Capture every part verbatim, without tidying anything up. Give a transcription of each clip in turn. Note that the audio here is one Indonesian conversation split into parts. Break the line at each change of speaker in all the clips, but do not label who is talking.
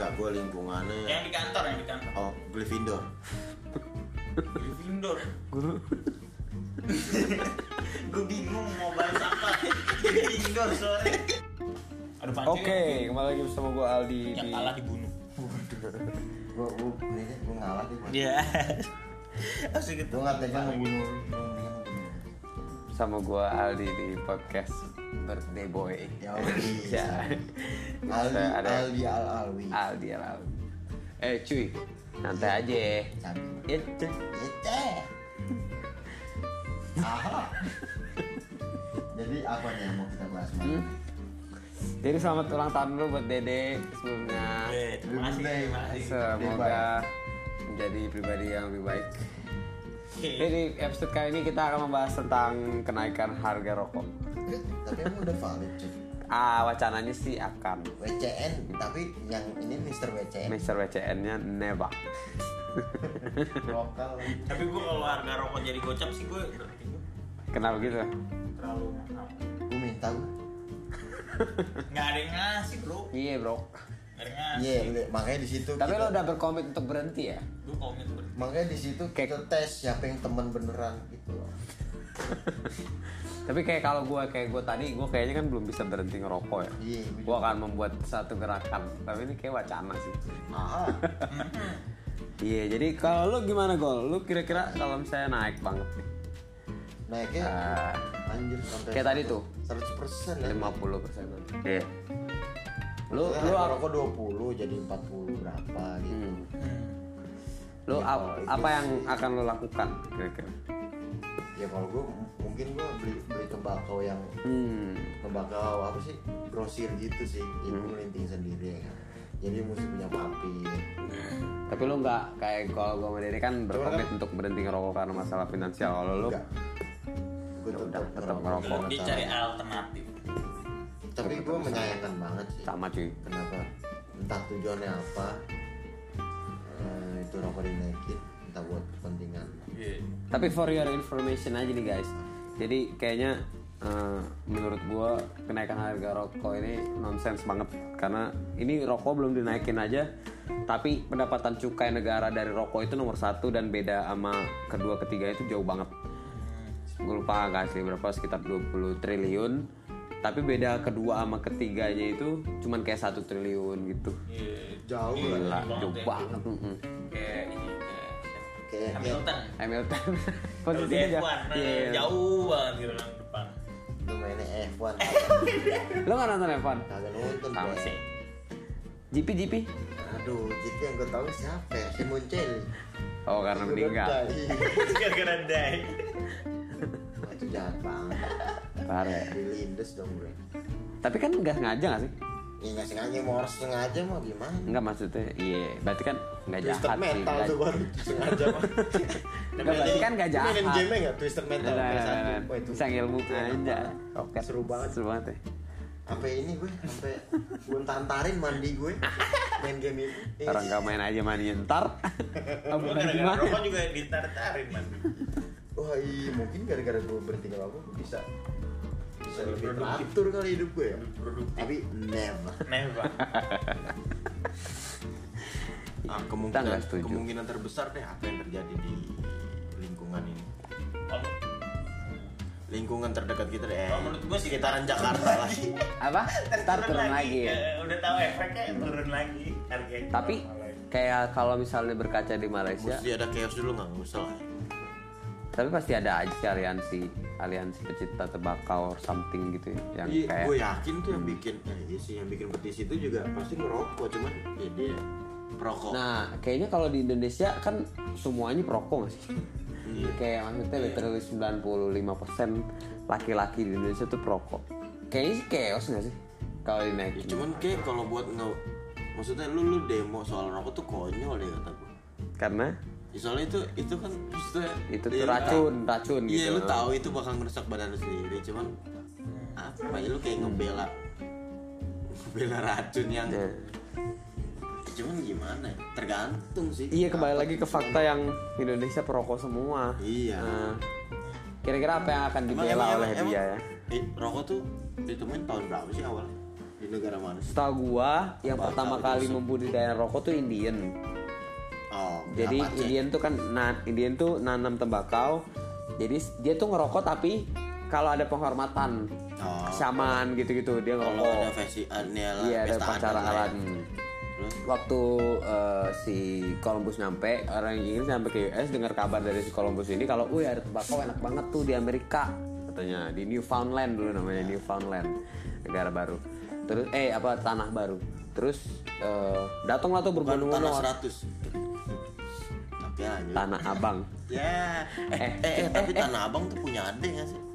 Enggak, gue lingkungannya.
Yang di kantor, yang di kantor.
Oh, Gryffindor.
Gryffindor.
Guru.
Gue bingung mau balas apa. Gryffindor sore. Aduh panci.
Oke, kembali lagi bersama gue Aldi.
Yang
di...
kalah dibunuh.
Gue gue ini gue ngalah deh.
Iya. Asik gitu.
Gue nggak tega ngebunuh.
Sama gue Aldi di podcast Birthday Boy.
Ya udah.
Ya.
Aldi
Ada
Aldi Al Alwi.
Aldi Al Alwi. Eh cuy, santai aja. Itu.
Ece. Aha. Jadi apa nih yang mau kita bahas?
Hmm? Jadi selamat ulang tahun dulu buat Dede sebelumnya.
Eh, terima kasih. Terima kasih.
Semoga menjadi pribadi yang lebih baik. Jadi episode kali ini kita akan membahas tentang kenaikan harga rokok.
Eh, tapi emang udah valid cuy.
Ah, wacananya sih akan
W C N, tapi yang ini Mister W C N.
Mister W C N-nya never.
Lokal.
Tapi gue kalau harga rokok jadi gocap sih gue berarti gue
Kenapa gitu?
terlalu mahal.
Gue minta gue.
Nggak ada yang ngasih bro.
Iya bro.
Nggak ada yang ngasih.
Iya, udah. Makanya di situ.
Tapi
kita-
lo udah berkomit untuk berhenti ya?
Gue komit berarti.
Makanya di situ kita tes siapa yang teman beneran gitu loh.
Tapi kayak kalau gue kayak gue tadi, gue kayaknya kan belum bisa berhenti ngerokok ya.
Iya, gue
Gue akan membuat satu gerakan. Tapi ini kayak wacana sih.
Ah,
Iya, jadi kalau lo gimana Gol? Lo kira-kira kalau misalnya naik banget nih?
naiknya
Ah,
anjir sampai
kayak tadi tuh
seratus persen ya.
lima puluh persen. Iya. Lo
Lu
lo
lu rokok dua puluh jadi empat puluh berapa gitu.
Hmm. Lo ap- apa yang akan lo lakukan kira-kira?
Ya kalau gue mungkin gue beli beli tembakau yang
Hmm.
tembakau apa sih? Grosir gitu sih. Ya gue melinting sendiri ya kan. Jadi mesti punya papir.
Tapi lo nggak kayak kalau gue sama Dede kan berkomit
kan-
untuk berhenti ngerokok karena masalah finansial. Kalau lo
Enggak. Gue
Ya
tetap
udah, tetap
ngerokok.
ngerokok.
Dia cari alternatif.
Tapi gue menyayangkan banget sih.
sama cuy.
Kenapa? Entah tujuannya apa. Eh, itu rokok dinaikin. Entah buat kepentingan.
Iya.
Tapi for your information aja nih guys. Jadi kayaknya eh, menurut gue kenaikan harga rokok ini nonsens banget karena ini rokok belum dinaikin aja, tapi pendapatan cukai negara dari rokok itu nomor satu dan beda sama kedua ketiga itu jauh banget. Gue lupa nggak sih berapa, sekitar dua puluh triliun. Tapi beda kedua sama ketiganya itu cuman kayak satu triliun gitu.
Iya.
Jauh
Iya,
Gila,
banget
jauh
ya.
banget. Mm-mm.
Kayak ini kayak
Kayak
Hamilton.
Hamilton
Kalau di
posisinya
F
jauh.
satu nah,
Iya.
jauh banget gitu yang depan.
lu mainnya F satu.
Lo nggak nonton F satu?
Kagak nonton.
Sama
Bang.
sih. G P G P?
Aduh, jadi yang gue tahu siapa ya? Si Muncel.
Oh karena meninggal.
Gara-gara die.
Itu jahat banget.
Parah ya.
Dilindes dong bro.
Tapi kan nggak sengaja nggak sih?
Ya nggak sengaja, mau harus sengaja mau gimana?
Nggak maksudnya, iya. Berarti kan nggak
Twisted
jahat sih.
mental
Nggak-
tuh baru sengaja mah.
Nggak, berarti kan nggak jahat.
Mainin game nggak Twisted mental
Nah,
P S
nah,
satu.
nah,
Wah, itu
bisa ngilmu
itu enak
aja.
banget.
Oke.
Seru banget.
Seru banget ya.
Sampai ini gue, sampai gue tantarin mandi gue main game ini. Eh,
Orang nggak main aja mandi ntar. Kamu
Gue
lagi
gara-gara
mana?
rokok juga ditar-tarin man.
Wah iya, mungkin gara-gara gue berhenti ngerokok gue bisa bisa
Lebih
lebih
produktif.
teratur kali hidup gue ya.
Produktif.
Tapi never.
Never.
Ah,
Kita
kemungkinan
nggak setuju.
kemungkinan terbesar deh apa yang terjadi di lingkungan ini.
Kalau
Lingkungan terdekat kita deh. Eh,
kalau menurut gue sih
sekitaran Jakarta lah.
Apa? Ntar turun lagi ya.
Eh, Udah tahu efeknya turun lagi harganya.
Tapi kayak kalau misalnya berkaca di Malaysia,
Mesti ada chaos dulu nggak usah lah.
tapi pasti ada aja sih aliansi aliansi pecinta tembakau or something gitu ya, yang
Iya,
kayak
gue yakin tuh yang bikin, eh, iya sih yang bikin petisi itu juga pasti ngerokok, cuman ya dia perokok.
Nah, kayaknya kalau di Indonesia kan semuanya perokok nggak sih?
Iya.
Kayak maksudnya literally sembilan puluh lima persen laki-laki di Indonesia tuh perokok. Kayaknya sih chaos nggak sih kalau
Ya,
dinaikin?
cuman kayak kalau buat nge, maksudnya lu lu demo soal rokok tuh konyol deh kata gue.
Karena
Ya, soalnya itu itu kan maksudnya
itu
ya
tuh
lu
racun,
tahu-
racun
Iya
gitu.
lu tahu itu bakal ngerusak badan lu sendiri, cuman apa ya lu kayak ngebela ngebela racun yang
Ya.
cuman gimana ya? Tergantung sih.
Iya, kembali
Apa
lagi ke fakta yang Indonesia perokok semua.
Iya.
Nah, kira-kira apa yang akan
Emang-
dibela
emang-
oleh
emang-
dia ya?
Eh, rokok tuh ditemuin tahun berapa sih awalnya? Di Negara mana sih?
Setahu gua yang
Tembakau
pertama
itu
kali
se-
membudidayakan rokok tuh Indian.
Oh,
Jadi
Apache.
Indian tuh kan na- Indian tuh nanam tembakau. Jadi dia tuh ngerokok tapi kalau ada penghormatan
Oh.
shaman gitu-gitu dia
Kalau
ngerokok.
ada festival,
Iya ada
pesta
pacara
adat lah ya.
alat.
Terus?
Waktu eh, si Columbus nyampe, orang Inggris sampai ke U S dengar kabar dari si Columbus ini kalau, wih ada tembakau enak banget tuh di Amerika, katanya di Newfoundland dulu namanya Newfoundland, negara baru. Terus eh apa tanah baru. Terus eh, datanglah tuh
Bukan
berbondong-bondong
tanah
orang.
seratus. Tapi lanjut.
Tanah Abang.
Ya. Eh,
Eh,
eh, eh, tapi Tanah Abang tuh punya adik gak sih?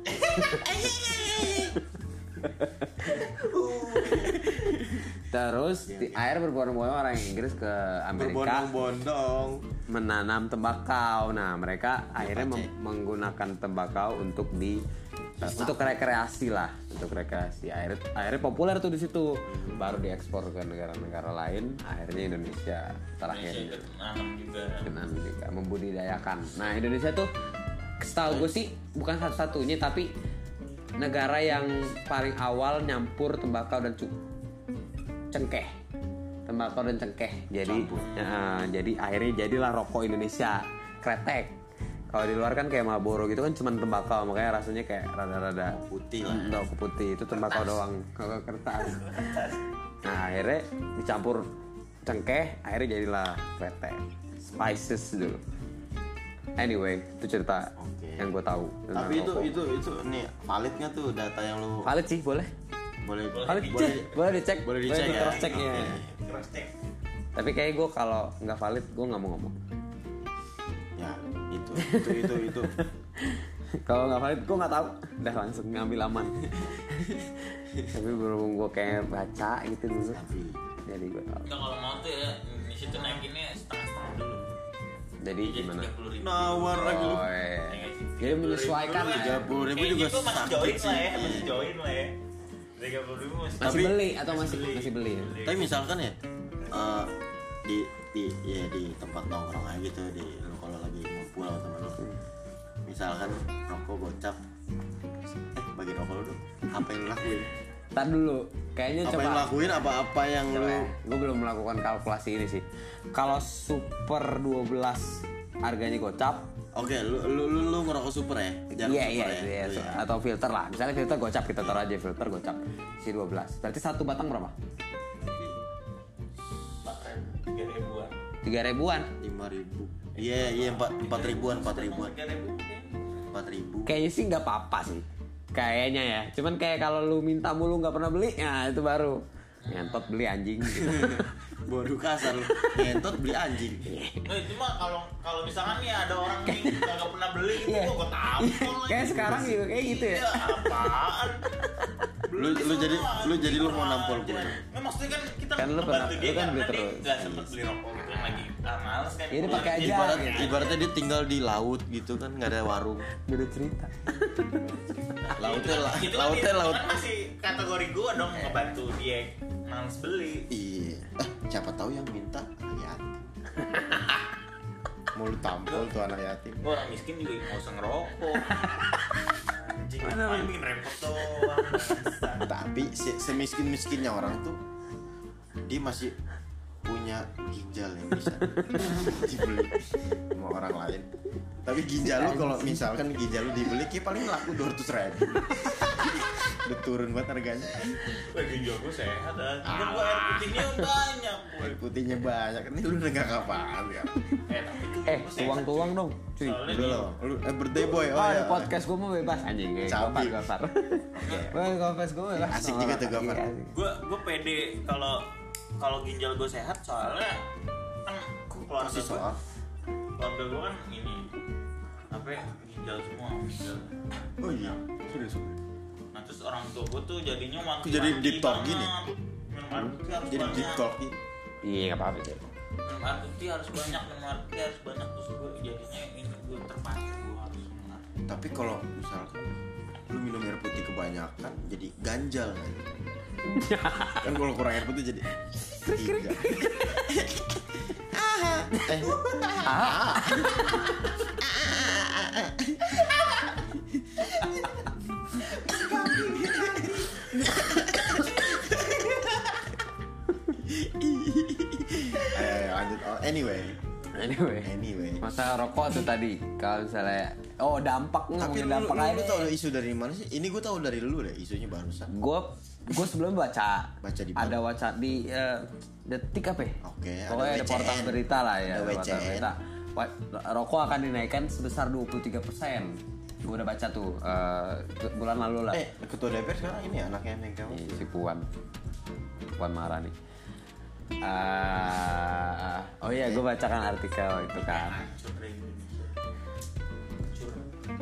Terus di air berbondong-bondong orang Inggris ke Amerika
Berbondong-bondong.
menanam tembakau. Nah, mereka akhirnya
Apache.
mem- menggunakan tembakau untuk di uh, untuk rekreasi lah, untuk rekreasi. Akhirnya akhirnya populer tuh di situ. Baru diekspor ke negara-negara lain. Akhirnya Indonesia terakhirnya
Nanam juga.
dengan juga membudidayakan. Nah, Indonesia tuh setahu gue sih bukan satu-satunya tapi negara yang paling awal nyampur tembakau dan cu- cengkeh. Tembakau dan cengkeh. Jadi ya, jadi akhirnya jadilah rokok Indonesia kretek. Kalau di luar kan kayak Marlboro gitu kan cuma tembakau, makanya rasanya kayak rada-rada
Putih lah.
Hmm, rokok putih itu tembakau doang, kalau kertas. Nah akhirnya dicampur cengkeh, akhirnya jadilah kretek. Spices dulu. Anyway, itu cerita
Oke.
yang gue tahu. tentang
Tapi itu
rokok.
itu itu nih valid nggak tuh data yang lu
valid sih, boleh.
boleh
Valid
boleh
boleh dicek,
boleh dicek
di
ya?
cross check ya.
Oke.
Cross check.
Tapi kayak gue kalau nggak valid, gue nggak mau ngomong.
Ya itu itu itu itu.
Kalau nggak valid, gue nggak tahu. Udah langsung ngambil aman. Tapi berhubung gue kayak baca gitu dulu,
Tapi
jadi gue tahu.
Enggak, kalau mau tuh ya Indonesia tuh naikinnya setengah-setengah dulu.
Jadi
Jadi
gimana?
tiga puluh ribu.
nawar lagi lu.
Oh, iya. Jadi menyesuaikan
tiga puluh ribu
Kayaknya
juga
gua masih
sakit
join
sih.
lah ya, masih join lah ya. tiga puluh ribu masih.
Masih
Tapi-
beli atau masih masih beli ya?
Tapi misalkan ya eh, di di ya di tempat nongkrong aja gitu di lu kalau lagi ngumpul sama temen lu. Misalkan rokok gocap. Eh bagi rokok lu dong. Apa yang lu lakuin?
Ntar dulu, kayaknya
Apa yang lu
coba.
lakuin apa-apa yang lu
Gue belum melakukan kalkulasi ini sih. Kalau super dua belas harganya gocap,
Oke, lu lu lu, lu ngerokok super ya? Jarang
iya
super
iya
ya?
iya,
Lu ya?
atau filter lah. Misalnya filter gocap, kita taruh aja filter gocap si dua belas. Berarti satu batang berapa?
tiga ribuan.
tiga ribuan.
lima ribu. Iya iya empat empat ribuan empat ribuan
tiga ribu kan.
empat ribu.
Kayaknya sih nggak apa-apa sih. Kayaknya ya. Cuman kayak kalau lu minta mulu nggak pernah beli, ya itu baru ngentot beli anjing.
Bodoh kasar lu. Ngentot beli anjing.
Nah, itu mah kalau kalau misalkan nih ada orang nih nggak pernah beli gitu,
Iya.
gua gua tampol lagi.
Kayak sekarang juga kayak gitu ya.
Iya, apaan?
Lu- lu jadi-
semua,
lu jadi lu mau
semua
nampol
aja.
gue.
Nggak, maksudnya kan kita
Kan lu
ngebantu
pernah-
dia
lu kan beli
karena dia
terus.
nggak sempet beli rokok gitu kan lagi ah, males kan.
Iya, dia pakai aja.
Ibarat
gitu.
ibaratnya dia tinggal di laut gitu kan nggak ada warung.
Beda cerita.
Lautnya la-
Itu kan
lautnya
itu
laut.
kan masih kategori gua dong ngebantu dia males beli.
Iya. Eh, siapa tahu yang minta anak yatim. Mau lu tampol tuh anak yatim.
Gua orang miskin juga nggak usah ngerokok. Anjing, ngapain bikin repot doang. bangsat.
Tapi se semiskin miskinnya orang tuh dia masih punya ginjal yang bisa dibeli sama orang lain. Tapi ginjal lu kalau misalkan ginjal lu dibeli kayak paling laku dua ratus ribu. Udah turun banget harganya.
Lagi ginjal gua sehat kan. Kan gua air putihnya banyak. boy.
Air putihnya banyak. Ini lu udah gak apaan kan.
Eh, tapi tuh
Eh,
gua sehat.
tuang-tuang dong, cuy.
Soalnya
Udah
di-
loh. Lu eh, birthday boy.
Oh,
Oh,
di
ya.
podcast gue mau bebas anjing kayak
Cabi.
gopar gopar. Wah, podcast gue bebas.
Asik juga tuh, Gopar.
Iya, asik.
Gua gua pede kalau kalau ginjal gua sehat soalnya kan keluarga
Masih
gua
soal.
keluarga gua kan ini apa ya, ginjal semua ginjal.
Oh iya. Sudah sudah.
Nah terus orang tua gua tuh jadinya wanti
Kok jadi deep talk gini?
Minum air putih harus
Jadi
banyak.
deep talk gitu.
Iya, nggak apa-apa sih.
Minum air putih harus banyak, minum air putih harus banyak terus gua jadinya ini gua terpacu gua harus minum air putih.
Tapi kalau misalkan lu minum air putih kebanyakan jadi ganjal kan? Kan kalau kurang air putih jadi ginjal. eh,
Ah, Anyway.
Anyway.
Masa rokok tuh tadi kalau misalnya oh dampak
Tapi
ngomongin
lu,
dampak
lu,
aja.
lu tau isu dari mana sih? Ini gue tahu dari lu deh isunya barusan.
Gue gue sebelum baca,
Baca di mana?
ada baca di uh, detik apa ya?
Oke, ada
Pokoknya ada
W C N.
portal berita lah ya.
Ada W C N.
portal berita. Wa- Rokok akan dinaikkan sebesar dua puluh tiga persen. Gue udah baca tuh uh, bulan lalu lah.
Eh, ketua D P R sekarang ini anaknya Megawati.
Ih, si Puan Puan marah nih. Ah, oh iya, gue bacakan artikel itu kan.
Hancur deh Indonesia. Hancur.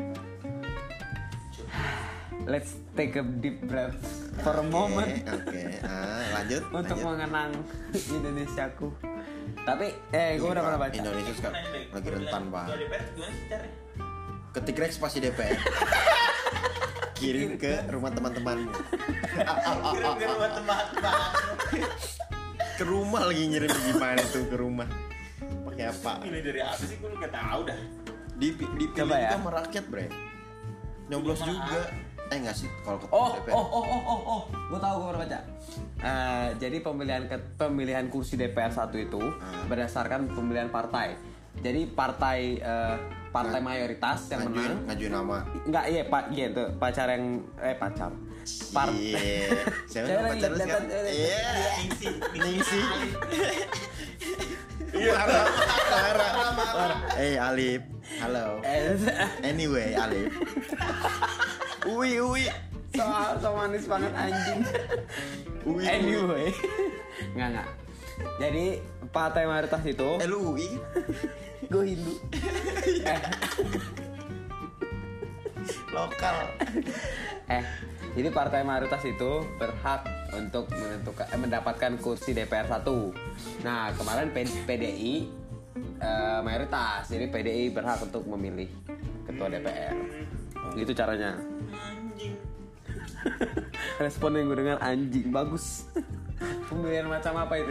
Let's take a deep breath for a moment
Oke, ah, lanjut.
untuk
lanjut.
mengenang Indonesiaku. Tapi eh gue udah pernah baca.
Indonesia sekarang lagi rentan banget.
D P R gimana sih caranya?
Ketik Rex pasti D P R. Kirim ke rumah teman-temanmu.
Kirim ke rumah teman-teman.
Ke rumah lagi ngirim gimana tuh ke rumah? Pakai apa?
Ini dari apa sih? Gue nggak tahu dah.
Di dipilih
Coba ya.
juga sama rakyat, Bre. Nyoblos
Gimana?
juga. Eh enggak sih kalau ketua
Oh,
D P R.
oh, oh, oh, oh, oh, gue tahu gue pernah baca. Eh, jadi pemilihan ke, pemilihan kursi D P R satu itu
Hmm.
berdasarkan pemilihan partai. Jadi partai eh, partai mayoritas yang
ngajuin,
menang.
ngajuin nama.
Enggak, iya Pak, iya tuh pacar yang eh pacar. Part-
Iya. Siapa
Saya
nama
lagi
pacar lu
lihat-
sekarang?
lihat-
Iya.
Ningsi,
Ningsi. Clara, Clara. Eh Alif, halo.
Eh,
Anyway, Alif. Uwi, Uwi.
so, so manis banget anjing.
Uwi, Uwi.
Anyway, nggak nggak. Jadi partai mayoritas itu,
Eh lu Uwi.
gue Hindu. eh,
Lokal.
eh, jadi partai mayoritas itu berhak untuk menentukan eh, mendapatkan kursi D P R satu. Nah kemarin P- PDI eh, mayoritas, jadi P D I berhak untuk memilih ketua D P R. Gitu caranya.
anjing.
Respon yang gue dengar anjing bagus. Pemilihan macam apa itu?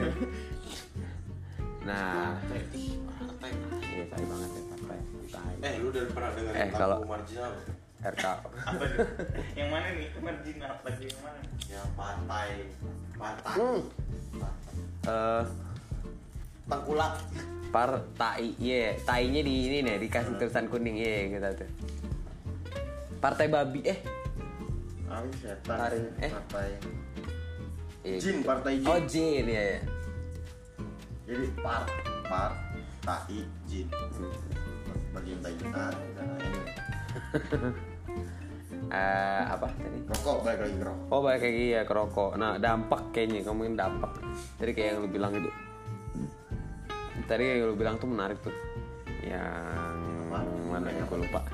Nah,
Ih, partai.
iya tai banget ya partai. Tai.
Eh, lu udah pernah dengar
Eh, kalau-
marginal?
R K.
Apa tuh? Yang mana nih? Marginal lagi yang mana?
Yang partai, partai.
Hmm. Eh,
Tengkulak.
partai, iya, tainya di ini nih dikasih tulisan kuning, iya gitu tuh. Partai babi, eh,
Ah, setan.
Taring. Eh.
Partai.
iya,
Jin,
gitu.
partai Jin.
Oh Jin, ya, ya.
Jadi par, par, tai, jin. Bagian tai. Ah, udah, anyway.
Eh, apa tadi?
Rokok, balik lagi ke rokok.
Oh baik kayak gini ya ke rokok. Nah dampak kayaknya ngomongin dampak. Tadi kayak yang lu bilang itu. Tadi yang lu bilang tuh menarik tuh. Yang mana ya? Gue lupa.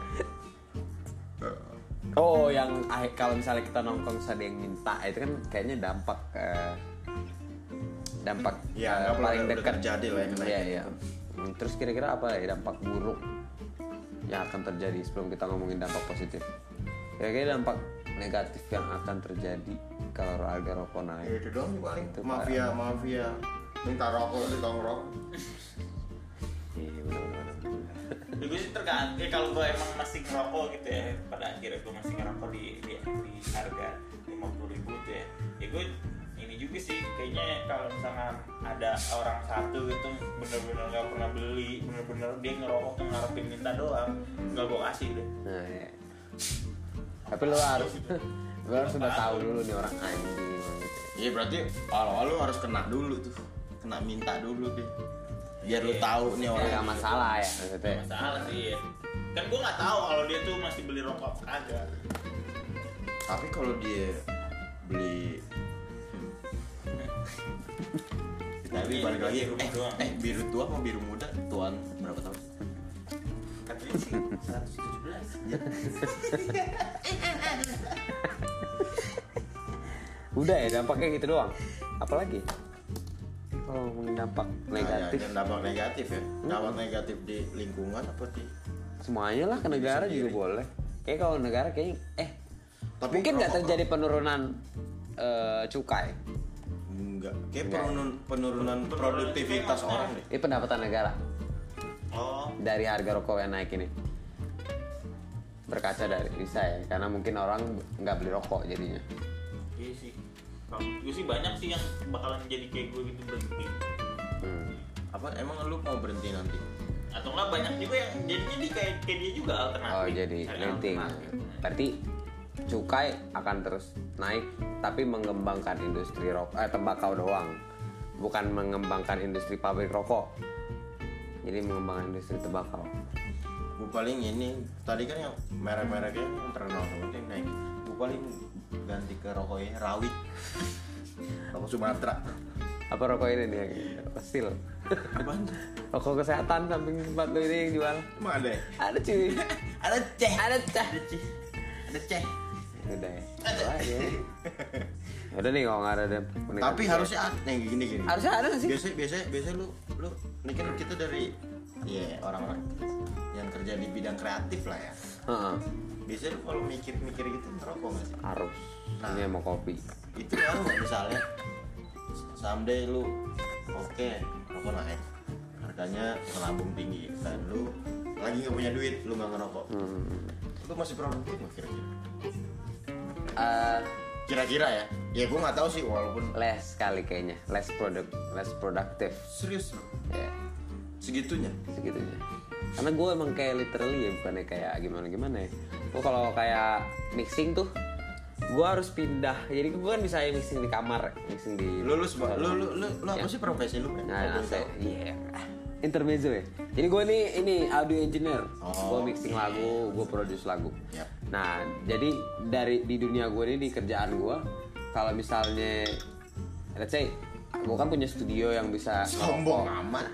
Oh yang ah, kalau misalnya kita nongkrong terus ada yang minta itu kan kayaknya dampak eh, dampak
Ya,
eh,
nggak perlu
paling
udah
dekat.
terjadi lah yang
Iya
kayak
iya. Hmm, Terus kira-kira apa ya dampak buruk yang akan terjadi sebelum kita ngomongin dampak positif? Kira-kira dampak negatif yang akan terjadi kalau harga rokok
Ya
naik?
itu doang paling.
Itu
Mafia, mafia. Minta rokok di tongkrong.
Iya benar-benar.
Ya, gue sih tergantung. Ya, kalau gue emang masih ngerokok gitu ya, pada akhirnya gue masih ngerokok di di, di harga lima puluh ribu tuh ya. Ya gue ini juga sih kayaknya kalau misalnya ada orang satu gitu bener-bener nggak pernah beli, bener-bener dia ngerokok tuh ngarepin minta doang, nggak gue kasih deh.
Nah, ya. Tapi lu harus lu harus sudah tahu dulu nih orang anjing gitu.
Iya berarti awal-awal lu harus kena dulu tuh. Kena minta dulu deh. Biar lu
Iya.
tahu nih
Ya
orang.
nggak masalah ya maksudnya.
Masalah sih ya. Kan gue nggak tahu kalau dia tuh masih beli rokok apa kagak.
Tapi kalau dia beli tapi balik lagi
Rumah
eh,
doang.
eh biru tua sama biru muda tuan berapa tahun?
Katanya sih seratus tujuh belas.
Udah ya dampaknya gitu doang. Apalagi kalau ngomongin dampak negatif
Nah, ya, dampak negatif ya. Dampak negatif di lingkungan apa di
semuanya lah ke negara juga boleh. Kayak kalau negara kayaknya eh
Tapi
mungkin nggak
rokok-
terjadi penurunan eh, cukai.
enggak kayak
Enggak.
penurunan penurunan produktivitas orang deh.
Ini pendapatan negara
Oh,
dari harga rokok yang naik ini. Berkaca dari bisa ya, karena mungkin orang nggak beli rokok jadinya.
iya sih. Kalau gue sih banyak sih yang bakalan jadi kayak gue gitu berhenti.
Hmm.
Apa emang lu mau berhenti nanti?
Atau nggak banyak juga yang jadinya di kayak kayak dia juga alternatif.
Oh jadi
Cari
linting.
alternatif.
Berarti cukai akan terus naik, tapi mengembangkan industri rokok, eh, tembakau doang, bukan mengembangkan industri pabrik rokok. Jadi mengembangkan industri tembakau.
Gue paling ini tadi kan yang merek-mereknya yang terkenal seperti naik. Gue paling ganti ke rokoknya Rawit, rokok Sumatera.
Apa rokok ini nih? Stil.
Apaan?
Rokok kesehatan samping tempat lu ini yang jual.
Emang ada? Ya?
Ada cuy.
Ada ceh.
Ada cah.
Ada ceh. Ada ceh.
Udah ya. Udah aja. Udah nih kalau nggak ada dan.
Tapi harusnya ada yang gini gini.
Harusnya ada nggak sih?
Biasa biasa biasa lu lu ini kan kita dari ya orang-orang yang kerja di bidang kreatif lah ya.
Heeh.
Biasanya lu kalau mikir-mikir gitu ngerokok nggak sih?
Harus.
Nah.
Ini mau kopi.
Itu kan nggak misalnya someday lu oke rokok naik harganya melambung tinggi dan lu lagi nggak punya duit lu nggak ngerokok.
Hmm.
Lu masih produktif nggak kira-kira?
Eh,
Kira-kira ya? Ya gue nggak tahu sih walaupun
less kali kayaknya, less product, less productive.
serius lu
Ya,
segitunya.
segitunya. Karena gue emang kayak literally ya, bukannya kayak gimana-gimana ya. Gue kalau kayak mixing tuh, gue harus pindah. Jadi gue kan bisa mixing di kamar, mixing di.
Lu lu seba- lu lu lu, lu apa
Ya.
sih profesi lu?
Nah,
Kalau boleh
saya,
tahu.
iya. Intermezzo ya. Jadi gue nih ini audio engineer.
Oh,
gue mixing
oke.
lagu, gue produce lagu.
Yap.
Nah, jadi dari di dunia gue ini di kerjaan gue, kalau misalnya, let's say, gue kan punya studio yang bisa
Sombong
ngerokok.
amat.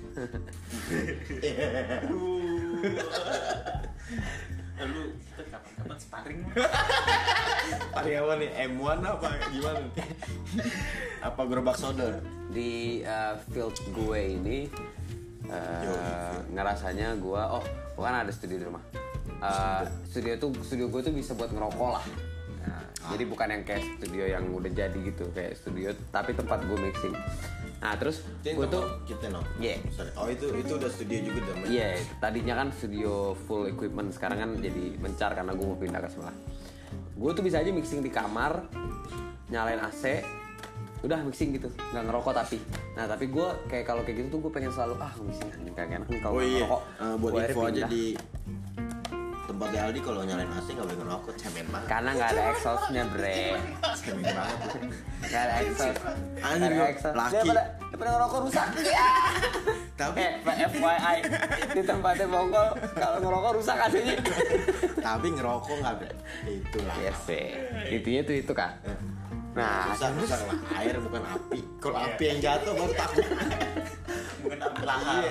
Lalu kita kapan-kapan sparring.
Karyawan nih M satu apa gimana? Apa gerobak sodor?
Di uh, field gue ini uh, ngerasanya gue, oh, gue kan ada studio di rumah. Uh, studio tuh studio gue tuh bisa buat ngerokok lah. Nah, jadi bukan yang kayak studio yang udah jadi gitu, kayak studio tapi tempat gue mixing. Nah terus gue tuh,
kita no.
yeah,
Sorry. Oh itu itu udah studio juga namanya.
iya, yeah, tadinya kan studio full equipment, sekarang kan jadi mencar karena gue mau pindah ke sebelah. Gue tuh bisa aja mixing di kamar, nyalain A C, udah mixing gitu, nggak ngerokok tapi. Nah tapi gue kayak kalau kayak gitu tuh gue pengen selalu ah mixing anjing kayak enak nih kalau
Oh
nggak
iya.
ngerokok.
Eh, buat
Gua
info
akhirnya
aja
pindah.
di tempat di Aldi kalau nyalain A C nggak boleh ngerokok, cemen banget.
Karena nggak ada exhaustnya bre,
Cemen banget.
nggak ada exhaust,
Anjing,
nggak ada
lu
exhaust.
laki.
Daripada daripada ngerokok rusak.
Tapi
Eh, F Y I di tempatnya Bongkol kalau ngerokok rusak A C-nya.
tapi ngerokok nggak bre. Itulah.
Yes, sih. Intinya tuh itu kan. Nah,
rusak rusak lah air bukan api. Kalau api yang jatuh baru takut.
Bukan api lahar.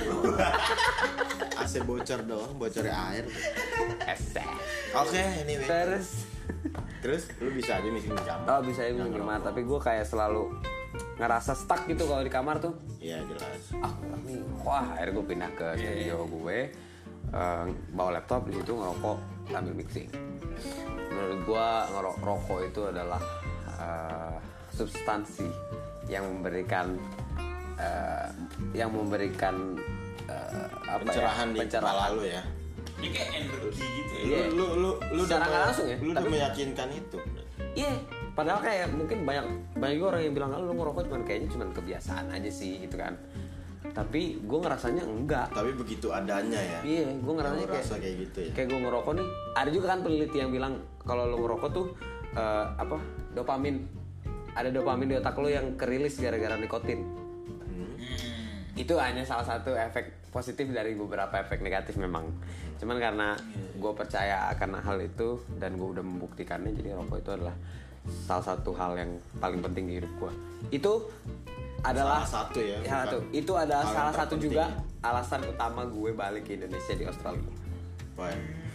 A C bocor doang, bocornya air.
esek.
Oke, ini Win.
Terus,
Terus lu bisa aja mixing di kamar.
oh bisa ya mungkin gimana, tapi gue kayak selalu ngerasa stuck gitu kalau di kamar tuh.
Iya jelas.
Ah, nih, wah, akhirnya gue pindah ke studio gue, eh, bawa laptop di situ ngerokok sambil mixing. Menurut gue ngerokok itu adalah eh, substansi yang memberikan eh, yang memberikan eh, apa
Pencerahan
ya?
di kepala lu ya.
Ini kayak energi gitu ya.
Iya.
Lu lu lu
Secara
udah
nggak langsung ya,
Lu udah
tapi-
meyakinkan itu.
Iya, padahal kayak mungkin banyak banyak juga orang yang bilang lu ngerokok cuman kayaknya cuman kebiasaan aja sih gitu kan. Tapi gue ngerasanya enggak.
Tapi begitu adanya ya.
Iya, gue ngerasanya
Lu
kayak,
rasa kayak gitu ya.
kayak gue ngerokok nih. Ada juga kan peneliti yang bilang kalau lu ngerokok tuh eh, apa dopamin, ada dopamin di otak lu yang kerilis gara-gara nikotin.
Hmm.
Itu hanya salah satu efek positif dari beberapa efek negatif memang. Cuman karena gue percaya akan hal itu dan gue udah membuktikannya, jadi rokok itu adalah salah satu hal yang paling penting di hidup gue. Itu adalah
Salah satu ya,
salah
bukan
satu. Itu adalah
hal yang
salah satu
terpenting.
juga alasan utama gue balik ke Indonesia di Australia.
Wah.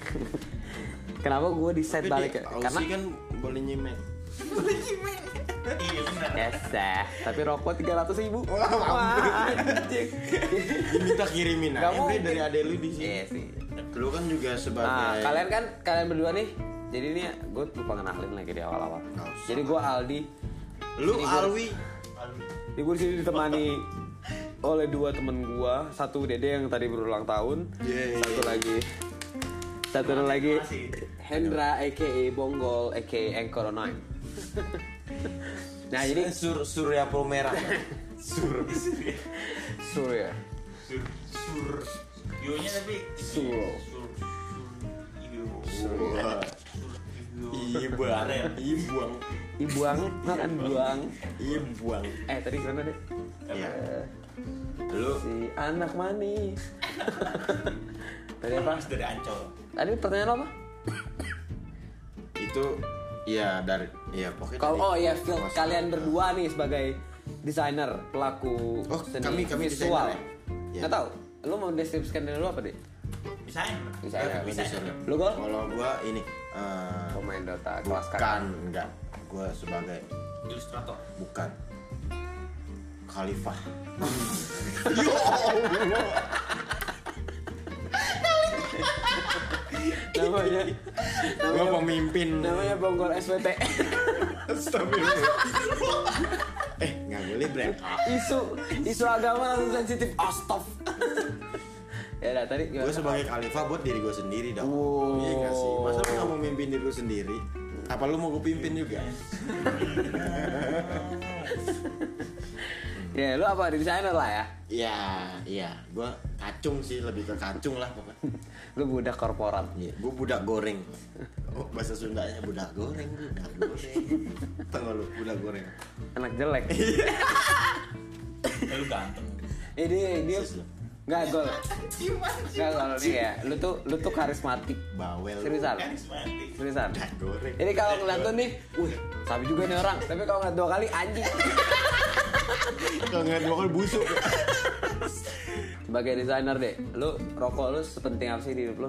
Kenapa gue decide
Tapi
balik
di
ke
Aussie
karena
kan boleh nyimek.
Iya benar.
yes, eh. tapi rokok tiga ratus ribu.
Wah, mampus.
anjing.
Diminta kirimin
Nggak
aja Bre,
mungkin.
dari adek lu di sini.
Iya sih.
Lu kan juga sebagai
Nah, kalian kan kalian berdua nih. Jadi ini gue lupa ngenalin lagi di awal-awal.
Nggak usah.
Jadi gue Aldi.
lu
Ini gua-
Alwi.
Di gue disini ditemani oleh dua temen gue. Satu Dede yang tadi berulang tahun.
Yeay.
Satu lagi. Satu lagi
Masih.
Hendra aka Bonggol aka Anchor nine. Nah jadi
sur Surya Palmera.
Surya.
Sur sur Yu-nya tapi
Suruh.
Wah. Iya buang, iya buang,
Ibuang, makan buang.
iya buang.
Eh tadi gimana deh?
Iya.
Eh,
Lu
si anak manis. Tadi apa?
Mas dari Ancol.
Tadi pertanyaan apa?
itu ya dari ya pokoknya.
Kalau
dari
oh ya field
kawasan.
kalian berdua nih sebagai desainer pelaku
Oh,
seni
kami- kami
visual.
desainer ya?
Nggak tahu. Lu mau deskripsikan dari lu apa deh?
Desain.
Desainer.
Desainer.
Lu gol?
Kalau gua ini eh,
Pemain Dota kelas
bukan
kakak.
enggak, gua sebagai
Ilustrator.
bukan Khalifah.
Namanya
Gua pemimpin.
namanya Bonggol S W T.
Astagfirullah. Eh, nggak boleh brand.
isu isu agama langsung sensitif. Astaf. Ya udah tadi
Gue sebagai khalifah buat diri gue sendiri dong.
Wow.
Iya nggak sih? Masa lu nggak mau mimpin diri lu sendiri? Apa lu mau gue pimpin juga?
Ya lu apa desainer lah ya.
Iya, iya. Gue kacung sih, lebih ke kacung lah pokoknya.
Lu budak korporat.
Iya, gue budak goreng. Oh, bahasa Sundanya budak goreng, budak goreng. Tahu nggak lu budak goreng?
Anak jelek.
Eh, lu ganteng.
Eh dia dia
Sis lu.
nggak gol. Nggak gol nih ya. Lu tuh lu tuh karismatik.
Bawel. lu.
Seriusan.
Karismatik.
Seriusan.
Budak goreng.
Ini kalau ngeliat tuh nih, wih, sabi juga nih orang. Tapi kalau ngeliat dua kali anjing.
Kalau ngeliat gue kan busuk.
Sebagai desainer deh, lu rokok lu sepenting apa sih di hidup lu?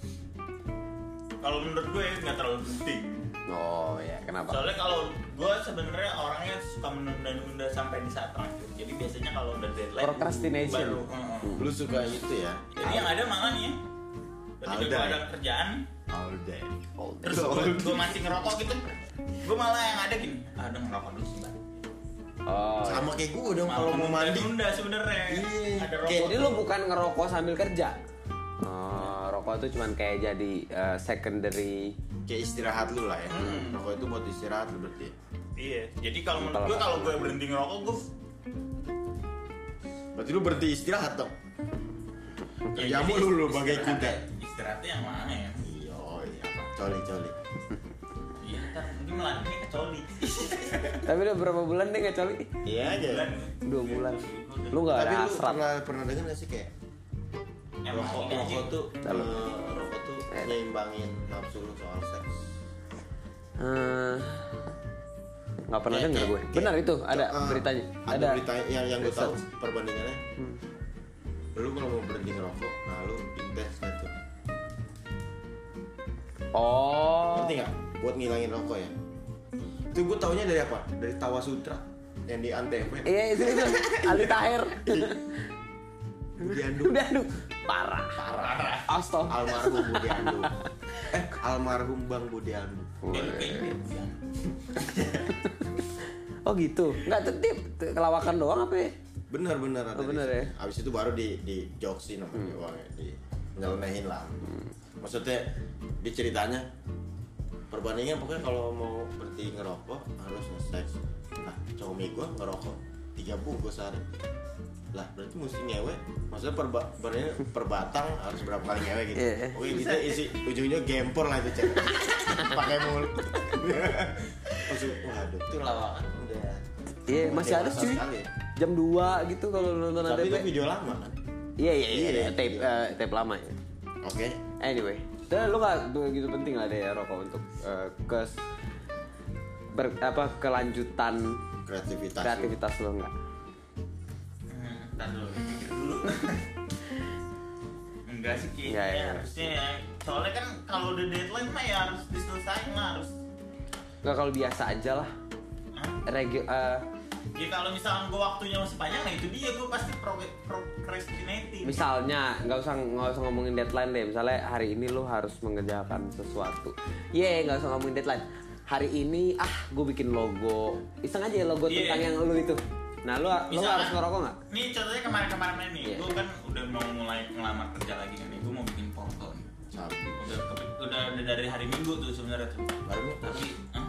Kalau menurut gue nggak terlalu penting.
Oh ya, kenapa?
Soalnya kalau gue sebenarnya orangnya suka menunda-nunda sampai di saat terakhir. Jadi biasanya kalau udah deadline
Procrastination.
baru. uh,
Lu suka itu ya?
Jadi yang ada malah nih. Ketika
All
gue
day.
ada kerjaan,
All day.
terus gue, gue masih ngerokok gitu, gue malah yang ada gini, ada ngerokok dulu sih, Mbak.
Oh.
Sama kayak gue dong
Malah
kalau mau mandi.
menunda sebenarnya.
Iya.
Ada rokok.
Jadi lu bukan ngerokok sambil kerja? Oh, rokok itu cuman kayak jadi uh, secondary.
Kayak istirahat lu lah ya. Rokok itu buat istirahat lu berarti.
Iya. Jadi kalau menurut
Kalau-
gue kalau gue berhenti ngerokok, gue
Berarti lu berhenti istirahat dong.
ya,
Kerjamu
jadi
lu lu bagai
istirahat-
kuda.
Istirahatnya yang mana ya?
Iya, oh iya. Coli coli.
Iya, ntar mungkin melatihnya kecoli.
Tapi udah berapa bulan deh nggak coli?
Iya aja.
Bulan.
Dua bulan. Lu nggak
Tapi
ada
lu
hasrat?
pernah pernah dengar gak sih kayak
Emang
rokok
ini aja.
rokok tuh
Dalam.
eh, rokok tuh
Eh.
nyimbangin nafsu lu soal seks.
Eh, nggak pernah
Kayak-
denger
kayak-
gue.
kayak-
Benar itu, ada
eh,
beritanya.
Ada,
Ada.
berita yang yang gue tahu
Research.
perbandingannya.
Hmm.
Lu kalau mau berhenti ngerokok, nah lu intens gitu.
Oh.
Ngerti nggak? Buat ngilangin rokok ya. Itu gue taunya dari apa? Dari Tawa Sutra yang di Antv.
Iya itu itu. Ali Tahir.
Budi Andu.
Udah aduh, parah.
Parah.
Astaga.
Almarhum Budi Andu. Eh, almarhum Bang Budi Andu.
Kayak kayak gitu ya.
Oh gitu. Nggak tetip kelawakan doang apa ya?
Bener bener ada
Oh,
di
bener
situ.
ya?
Abis itu baru di di joksin sama dia, wah, di nyelemehin lah. Maksudnya di ceritanya perbandingan pokoknya kalau mau berhenti ngerokok harus nge-seks. Nah, cowok gua ngerokok tiga bungkus sehari. Lah, berarti mesti ngewe. Maksudnya per, berarti per batang harus berapa kali ngewe gitu.
Iya.
Oke, gitu isi ujungnya gempor lah itu cewek. Pakai mulut. Maksud, waduh, itu lawakan udah.
Iya, masih ada
dewasa
cuy.
sekali ya.
Jam dua gitu kalau nonton A
Tapi
D P.
itu video lama kan?
Iya iya iya,
Iya,
tape
iya.
eh, tape lama ya.
Oke.
Anyway, dan lu nggak begitu penting lah deh ya rokok untuk eh, ke ber, apa kelanjutan
Kreativitas. lu.
kreativitas lo nggak?
Hmm, ntar dulu, pikir dulu. Enggak sih kayaknya
Nggak, ya.
harusnya ya. Soalnya kan kalau udah deadline mah ya harus diselesain lah harus.
Nggak kalau biasa aja lah.
Hah?
Regu, eh,
Ya kalau misalkan gue waktunya masih panjang, nah itu dia gue pasti pro procrastinating.
misalnya nggak usah nggak usah ngomongin deadline deh. Misalnya hari ini lu harus mengerjakan sesuatu. Iya nggak usah ngomongin deadline. Hari ini ah gue bikin logo. Iseng aja ya logo
Iya.
tentang yang lu itu. Nah lu lu
Misalkan-
harus ngerokok nggak?
Nih contohnya kemarin-kemarin nih,
Iya.
gue kan udah mau mulai ngelamar kerja lagi kan nih, gue mau bikin foto nih.
Sabi.
Udah, kepi- udah udah dari hari Minggu tuh sebenarnya tuh.
Baru
Tapi, Hah?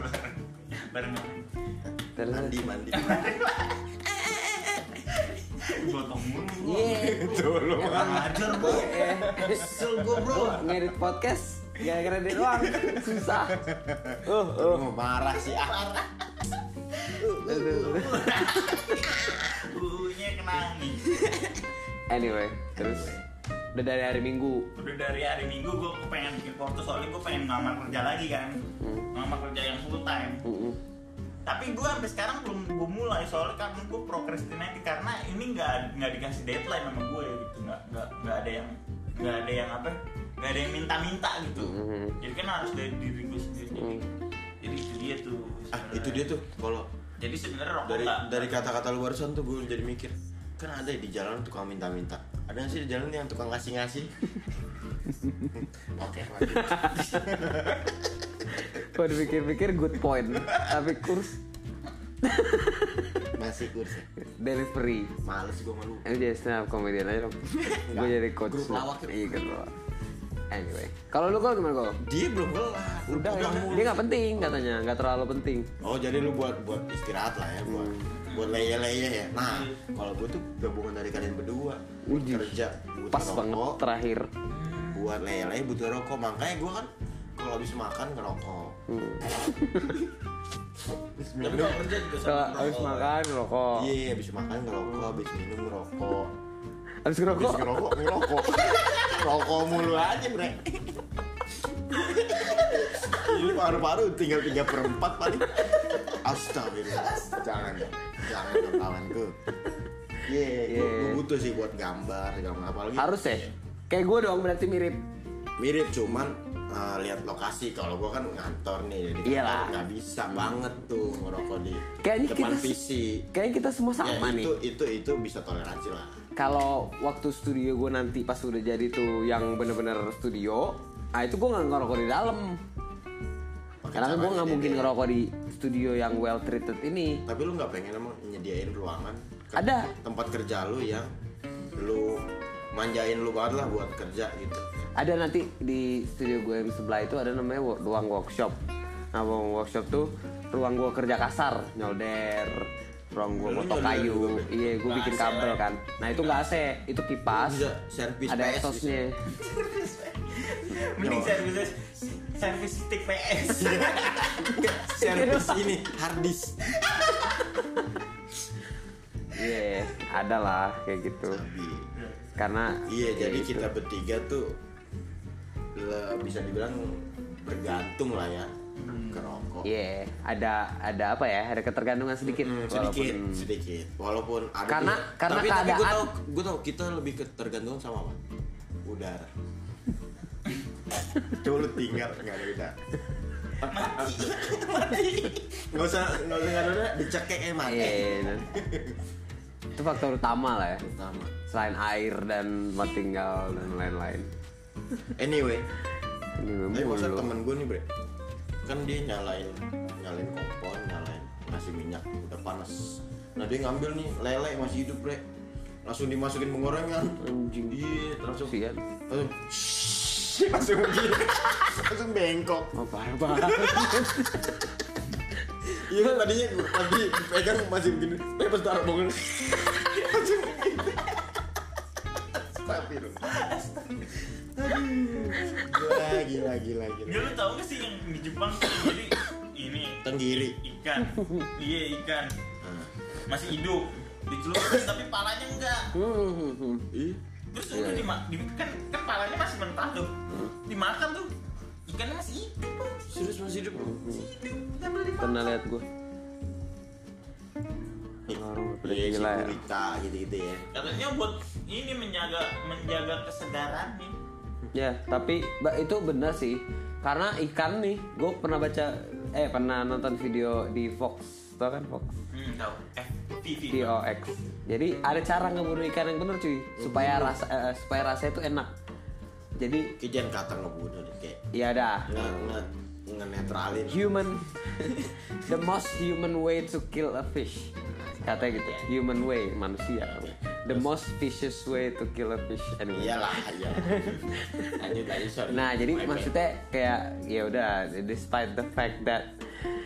bareng bareng.
Terus
mandi mandi.
Gotong mulu.
Iya.
Tuh lu
Emang ajar bro.
Eh,
Kesel gue bro.
ngedit podcast gara-gara dia doang susah. Uh,
Lu
uh.
mau marah sih ah.
Buunya kena angin.
Anyway, terus udah dari hari Minggu.
Udah dari hari Minggu gue pengen bikin foto soalnya gue pengen ngelamar kerja lagi kan.
Hmm.
Ngelamar kerja yang full time.
Mm-mm.
Tapi gue sampai sekarang belum gue mulai soalnya karena gue procrastinating karena ini nggak nggak dikasih deadline sama gue gitu, nggak nggak nggak ada yang nggak ada yang apa nggak ada yang minta-minta gitu.
Mhm.
Jadi kan harus dari diri gue sendiri. Jadi,
Mm.
jadi itu dia tuh.
Ah
sebenarnya.
itu dia tuh kalau
Jadi sebenarnya rokok
dari
nggak
dari kata-kata lu barusan tuh gue jadi mikir kan ada di jalan tukang minta-minta, ada nggak sih di jalan yang tukang ngasih-ngasih? Oke lanjut.
Kalau dipikir-pikir good point, tapi kurs
Masih kursi
delivery.
males gue malu.
Ini jadi stand up comedian aja dong. Gue jadi coach.
Grup lawak yuk.
Iya grup lawak. Anyway, kalau lu kok gimana kok?
Dia belum kelar.
Udah, ya.
mulu.
Dia nggak penting katanya, nggak terlalu penting.
Oh jadi lu buat buat istirahat lah ya, buat
Hmm.
buat leye-leye ya. Nah kalau gue tuh gabungan dari kalian berdua, buat
Wih,
kerja, butuh
Pas banget
rokok,
terakhir.
buat leye-leye butuh rokok. Makanya gue kan kalau habis makan ngerokok.
Hmm.
Tapi kalau kerja juga
Kalau
sama
habis
rokok.
makan rokok,
Iya, habis makan ngerokok, habis minum ngerokok,
habis
habis
ngerokok.
ngerokok ngerokok, rokok mulu aja bre. Ini paru-paru tinggal tiga per empat paling. Astagfirullah, jangan, jangan kawanku. Iya,
Iya.
gue butuh sih buat gambar, gambar apalagi.
Harus ya. Kayak gue dong berarti mirip.
Mirip cuman uh, lihat lokasi. Kalau gue kan ngantor nih, jadi
Iyalah.
kantor nggak bisa banget tuh ngerokok di
Kayaknya
depan
kita
P C.
Kayaknya kita semua sama
Ya,
nih.
itu itu itu bisa toleransi lah.
Kalau waktu studio gue nanti pas udah jadi tuh yang bener-bener studio, ah itu gue nggak ngerokok di dalam.
Pakai
Karena
cara
gue nggak
gini
mungkin
deh.
ngerokok di studio yang well treated ini.
Tapi lu nggak pengen emang nyediain ruangan ke
Ada.
tempat kerja lu yang lu manjain lu banget lah buat kerja gitu.
Ada nanti di studio gue yang sebelah itu ada namanya wo- ruang workshop. Nah ruang workshop tuh ruang gue kerja kasar, nyolder, ruang gue
Lu
motong
nyolder
kayu.
juga, Bre?
Iya, gue
Nggak
bikin
A C
kabel
lah.
kan. Nah itu nggak A C, itu kipas.
Bisa servis
Ada
P S
exhaustnya.
Mending servis servis stick P S.
Servis ini hard disk.
Iya, ada lah kayak gitu.
Sabi.
Karena
Iya,
ya
jadi
itu.
kita bertiga tuh le- bisa dibilang bergantung lah ya ke rokok.
Iya, ada ada apa ya? Ada ketergantungan sedikit.
Hmm, sedikit,
walaupun-
sedikit. Walaupun ada
Karena-
juga-
karena
tapi, tapi gue
keadaan-
tau, gue tau kita lebih ketergantungan sama apa? Udara. Coba lu tinggal nggak ada udara. Nggak usah nggak usah nggak ada udara, dicekek eh mati.
Iya, iya. Itu faktor utama lah ya.
Sama.
Selain air dan tempat tinggal dan lain-lain.
Anyway,
Ini
tapi masa
mulu.
temen gue nih bre, kan dia nyalain nyalain kompor, nyalain ngasih minyak udah panas. Nah dia ngambil nih lele masih hidup bre, langsung dimasukin penggorengan.
Anjing.
Iya, langsung
Kasian.
langsung langsung begini, langsung bengkok.
Oh, parah banget.
Iya kan tadinya gue lagi pegang masih begini, tapi pas taruh bangun langsung begini. Astagfirullah. Gila, gila, gila, gila.
Gak lu tau gak sih yang di Jepang tuh jadi ini
Tenggiri.
ikan, iya ikan
Nah.
masih hidup diceluruhin tapi palanya enggak.
Hmm,
Ih,
Terus
Iya,
udah
iya.
dima- di, kan kan palanya masih mentah tuh, dimakan tuh ikannya masih hidup. Bang.
serius masih hidup.
Sambil dimakan.
Pernah lihat gue. Orang udah
Iya, si
gila ya.
gurita gitu-gitu ya.
Katanya buat ini menjaga menjaga kesegarannya.
Ya, tapi ba- itu benar sih. Karena ikan nih, gue pernah baca, eh pernah nonton video di Fox, tau kan Fox?
Hmm, tahu. F T V.
V O X. Jadi ada cara ngebunuh ikan yang benar cuy, supaya rasa eh, supaya rasanya itu enak. Jadi
Kayak jangan kata ngebunuh deh, kayak
ya dah.
nge nge ngenetralin.
Human, the most human way to kill a fish. Katanya gitu, human way, manusia. The most vicious way to kill a fish. Anyway.
Iyalah, iya. Lanjut aja sorry.
Nah, jadi
My bad.
maksudnya kayak ya udah, despite the fact that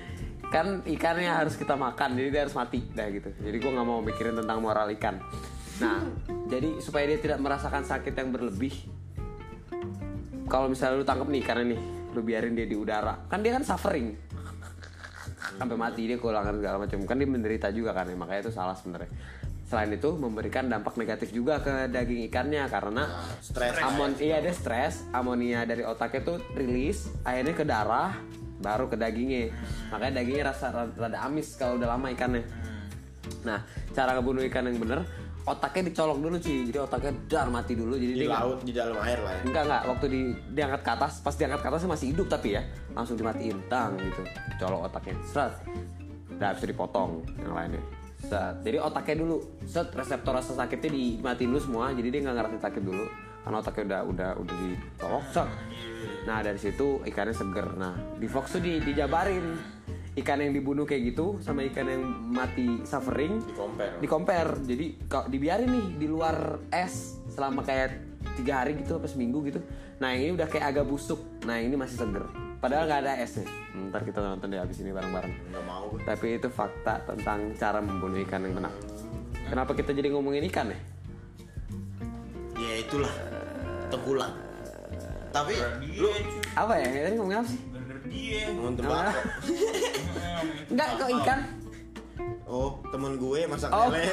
kan ikannya harus kita makan, jadi dia harus mati dah gitu. Jadi gue nggak mau mikirin tentang moral ikan. Nah, jadi supaya dia tidak merasakan sakit yang berlebih, kalau misalnya lu tangkap nih karena nih lu biarin dia di udara, kan dia kan suffering sampai mati, dia kehilangan segala macam, kan dia menderita juga kan, ya, makanya itu salah sebenarnya. Selain itu memberikan dampak negatif juga ke daging ikannya karena
stres.
amon iya dia stres, amonia dari otaknya tuh rilis, akhirnya ke darah, baru ke dagingnya. Makanya dagingnya rasa rada amis kalau udah lama ikannya. Nah, cara ngebunuh ikan yang bener, otaknya dicolok dulu cuy. Jadi otaknya dar mati dulu. Jadi
Di
dia
laut, di dalam air lah ya.
Enggak enggak, waktu di diangkat ke atas, pas diangkat ke atasnya masih hidup tapi ya, langsung dimatiin tang gitu. Colok otaknya. Set. Udah bisa dipotong yang lainnya. Set. Jadi otaknya dulu, set, reseptor rasa sakitnya dimatiin dulu semua. Jadi dia nggak ngerasain sakit dulu karena otaknya udah udah udah dicolok. Set. Nah, dari situ ikannya seger. Nah, di Fox tuh di, dijabarin ikan yang dibunuh kayak gitu sama ikan yang mati suffering
Di compare.
di compare. Jadi kalau dibiarin nih di luar es selama kayak tiga hari gitu apa seminggu gitu. Nah, yang ini udah kayak agak busuk. Nah, ini masih seger. Padahal nggak ada esnya. Ntar kita nonton deh abis ini bareng-bareng.
Nggak mau gue.
Tapi itu fakta tentang cara membunuh ikan yang benar. Kenapa kita jadi ngomongin ikan ya?
Ya itulah tengkulak. Tapi
Dia
lu
cuy.
Apa ya? Tadi ngomongin apa sih?
Bener dia.
ngomong tembakau.
Enggak kok ikan.
Oh, temen gue masak
Oh.
lele.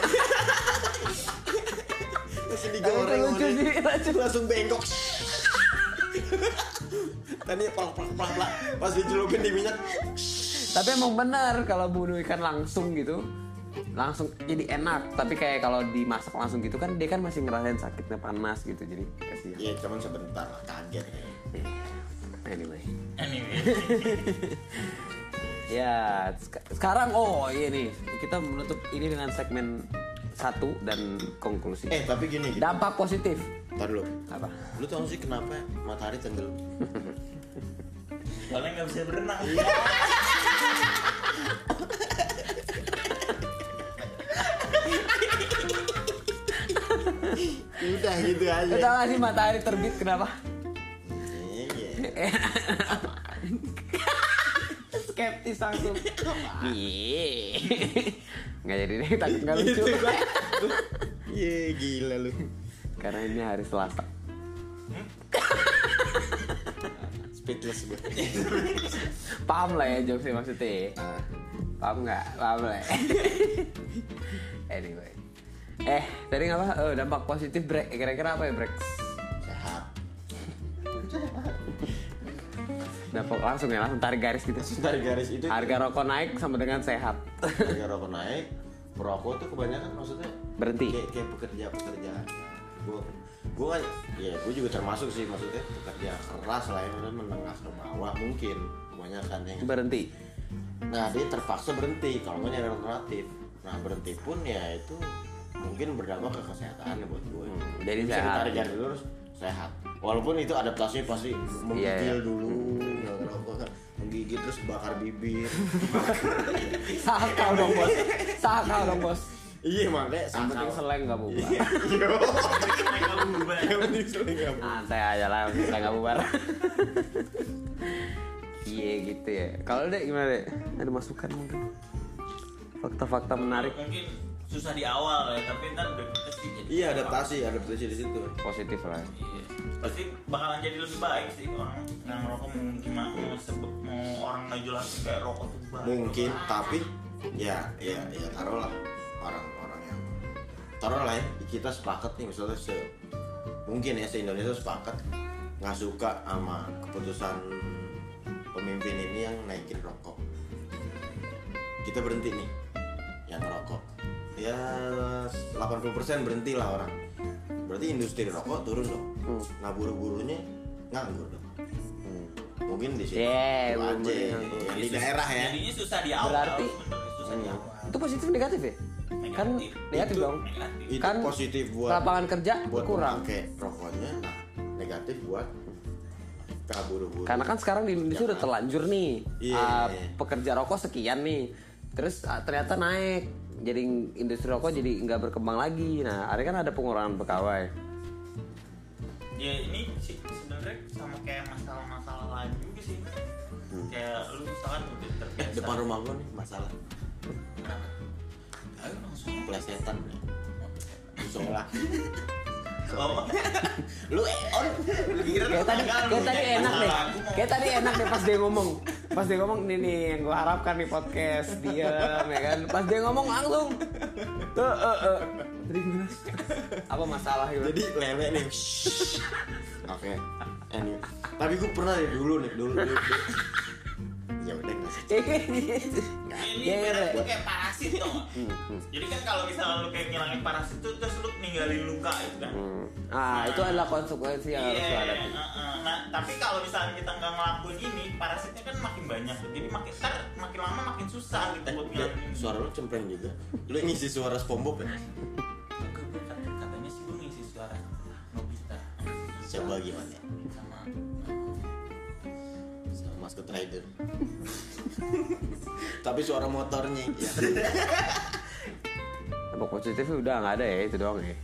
Terus
Tapi itu
digoreng
lucu
udah.
sih, lucu.
Langsung bengkok. Tadi pelak pelak pelak pelak. Pas dicelupin di minyak.
Tapi emang benar kalau bunuh ikan langsung gitu, langsung jadi enak. Tapi kayak kalau dimasak langsung gitu kan dia kan masih ngerasain sakitnya panas gitu, jadi kasihan.
Iya, cuman sebentar lah, kaget.
Anyway.
Anyway.
Ya, sek- sekarang oh iya nih, kita menutup ini dengan segmen satu dan konklusi.
Eh, tapi gini, gini.
Dampak positif.
Ntar dulu.
Apa?
Lu tau sih kenapa matahari tenggelam?
Soalnya nggak bisa berenang.
Udah gitu aja.
Lu tau gak sih matahari terbit kenapa?
Iya.
Skeptis langsung. Iya. Nggak jadi deh, takut nggak lucu.
Iya, gila lu.
Karena ini hari Selasa.
Speechless gue.
Paham lah ya jokesnya maksudnya.
Ah,
Paham nggak? Paham lah. Ya. Anyway. Eh, tadi ngapa? Oh, dampak positif break. Kira-kira apa ya break?
sehat.
Dampak langsung ya, langsung tarik garis gitu.
Dari garis itu
Harga rokok naik sama dengan sehat.
harga rokok naik, perokok tuh kebanyakan maksudnya
Berhenti.
kayak, kayak pekerja pekerja. Gue gue kan, ya gue juga termasuk sih maksudnya pekerja keras lah yang menengah ke bawah mungkin kebanyakan yang.
Berhenti.
Nah dia terpaksa berhenti kalau nggak nyari alternatif. Nah berhenti pun ya itu mungkin berdampak ke kesehatan buat gue.
Hmm, jadi
Bisa
sehat.
ditarik garis lurus sehat. Walaupun itu adaptasinya pasti menggigil
Iya, iya.
dulu, nggak ngerokok kan, menggigil terus bakar bibir.
Sakau dong bos. Sakau dong bos.
Iya makanya
Yang penting seleng nggak bubar.
Yo.
Mereka berubah.
Yang penting seleng nggak bubar.
Santai aja lah, seleng nggak bubar. Iya gitu ya. Kalau deh gimana deh? Ada masukan mungkin? Fakta-fakta menarik.
Mungkin susah di awal ya, tapi ntar udah kita sih jadi.
Iya adaptasi, adaptasi di situ.
Positif lah.
Iya. Pasti bakalan jadi lebih baik sih orang yang ngerokok mau gimana mau sebut mau orang nggak jelasin kayak rokok tuh baik.
Mungkin, tapi ya, ya, ya taruhlah orang-orang yang taruhlah ya kita sepakat nih misalnya se mungkin ya se Indonesia sepakat nggak suka sama keputusan pemimpin ini yang naikin rokok. Kita berhenti nih yang rokok. Ya delapan puluh persen berhenti lah orang. Berarti industri rokok turun dong.
Hmm.
Nah buru-burunya nganggur dong.
Hmm.
Mungkin di sini
Yeah,
itu aja
belum-
yang di daerah ya.
Jadinya susah di awal.
Berarti-
sebenarnya susah di awal.
Itu positif negatif ya? Kan negatif
Itu-
dong.
Negatif.
Itu
Kan
positif buat
lapangan kerja
buat
kurang.
pemakai rokoknya, nah negatif buat kaburu-buru.
Karena kan sekarang di Indonesia udah terlanjur nih.
Iya,
Ah,
iya.
pekerja rokok sekian nih. Terus ah, ternyata naik. Jadi industri rokok jadi nggak berkembang lagi. Nah, akhirnya kan ada pengurangan pegawai.
Ya ini sih sebenarnya sama kayak masalah-masalah lain juga sih. Kayak lu misalkan udah
eh,
terbiasa.
depan rumah gua nih masalah
Kenapa? Ayo langsung.
plesetan nih. musola.
Oh.
Lu on, lu kira
Kayak tadi,
Enggak, lu
kayak tadi
jadi
enak deh.
masalah. Aku mau-
Kayak tadi enak deh pas dia ngomong. Pas dia ngomong nih nih yang gue harapkan nih podcast diam ya kan. Pas dia ngomong langsung. Tuh, eh, eh. Tadi gimana? Apa masalah gitu?
jadi lele nih. Oke. Anyway. Tapi gue pernah deh dulu nih, dulu. dulu, dulu. Ya udah nggak sih.
Ini
Iya,
ibarat
iya.
lu kayak parasit tuh. Jadi kan kalau misalnya lu kayak ngilangin parasit tuh terus lu ninggalin luka itu kan.
Hmm. Ah, itu adalah konsekuensi yang harus
Iya,
lo hadapi.
uh, uh. Nah, tapi kalau misalnya kita nggak ngelakuin ini, parasitnya kan makin banyak tuh. Jadi makin ntar makin lama makin susah gitu buat
Ya,
ngilangin.
suara lu cempreng juga. Lu ngisi suara SpongeBob ya?
Enggak, gue kat- katanya sih gue ngisi suara Nobita
Coba gimana?
sama
Sama Maskot Rider. Tapi suara motornya ya.
Dampak positifnya udah nggak ada ya, itu doang ya.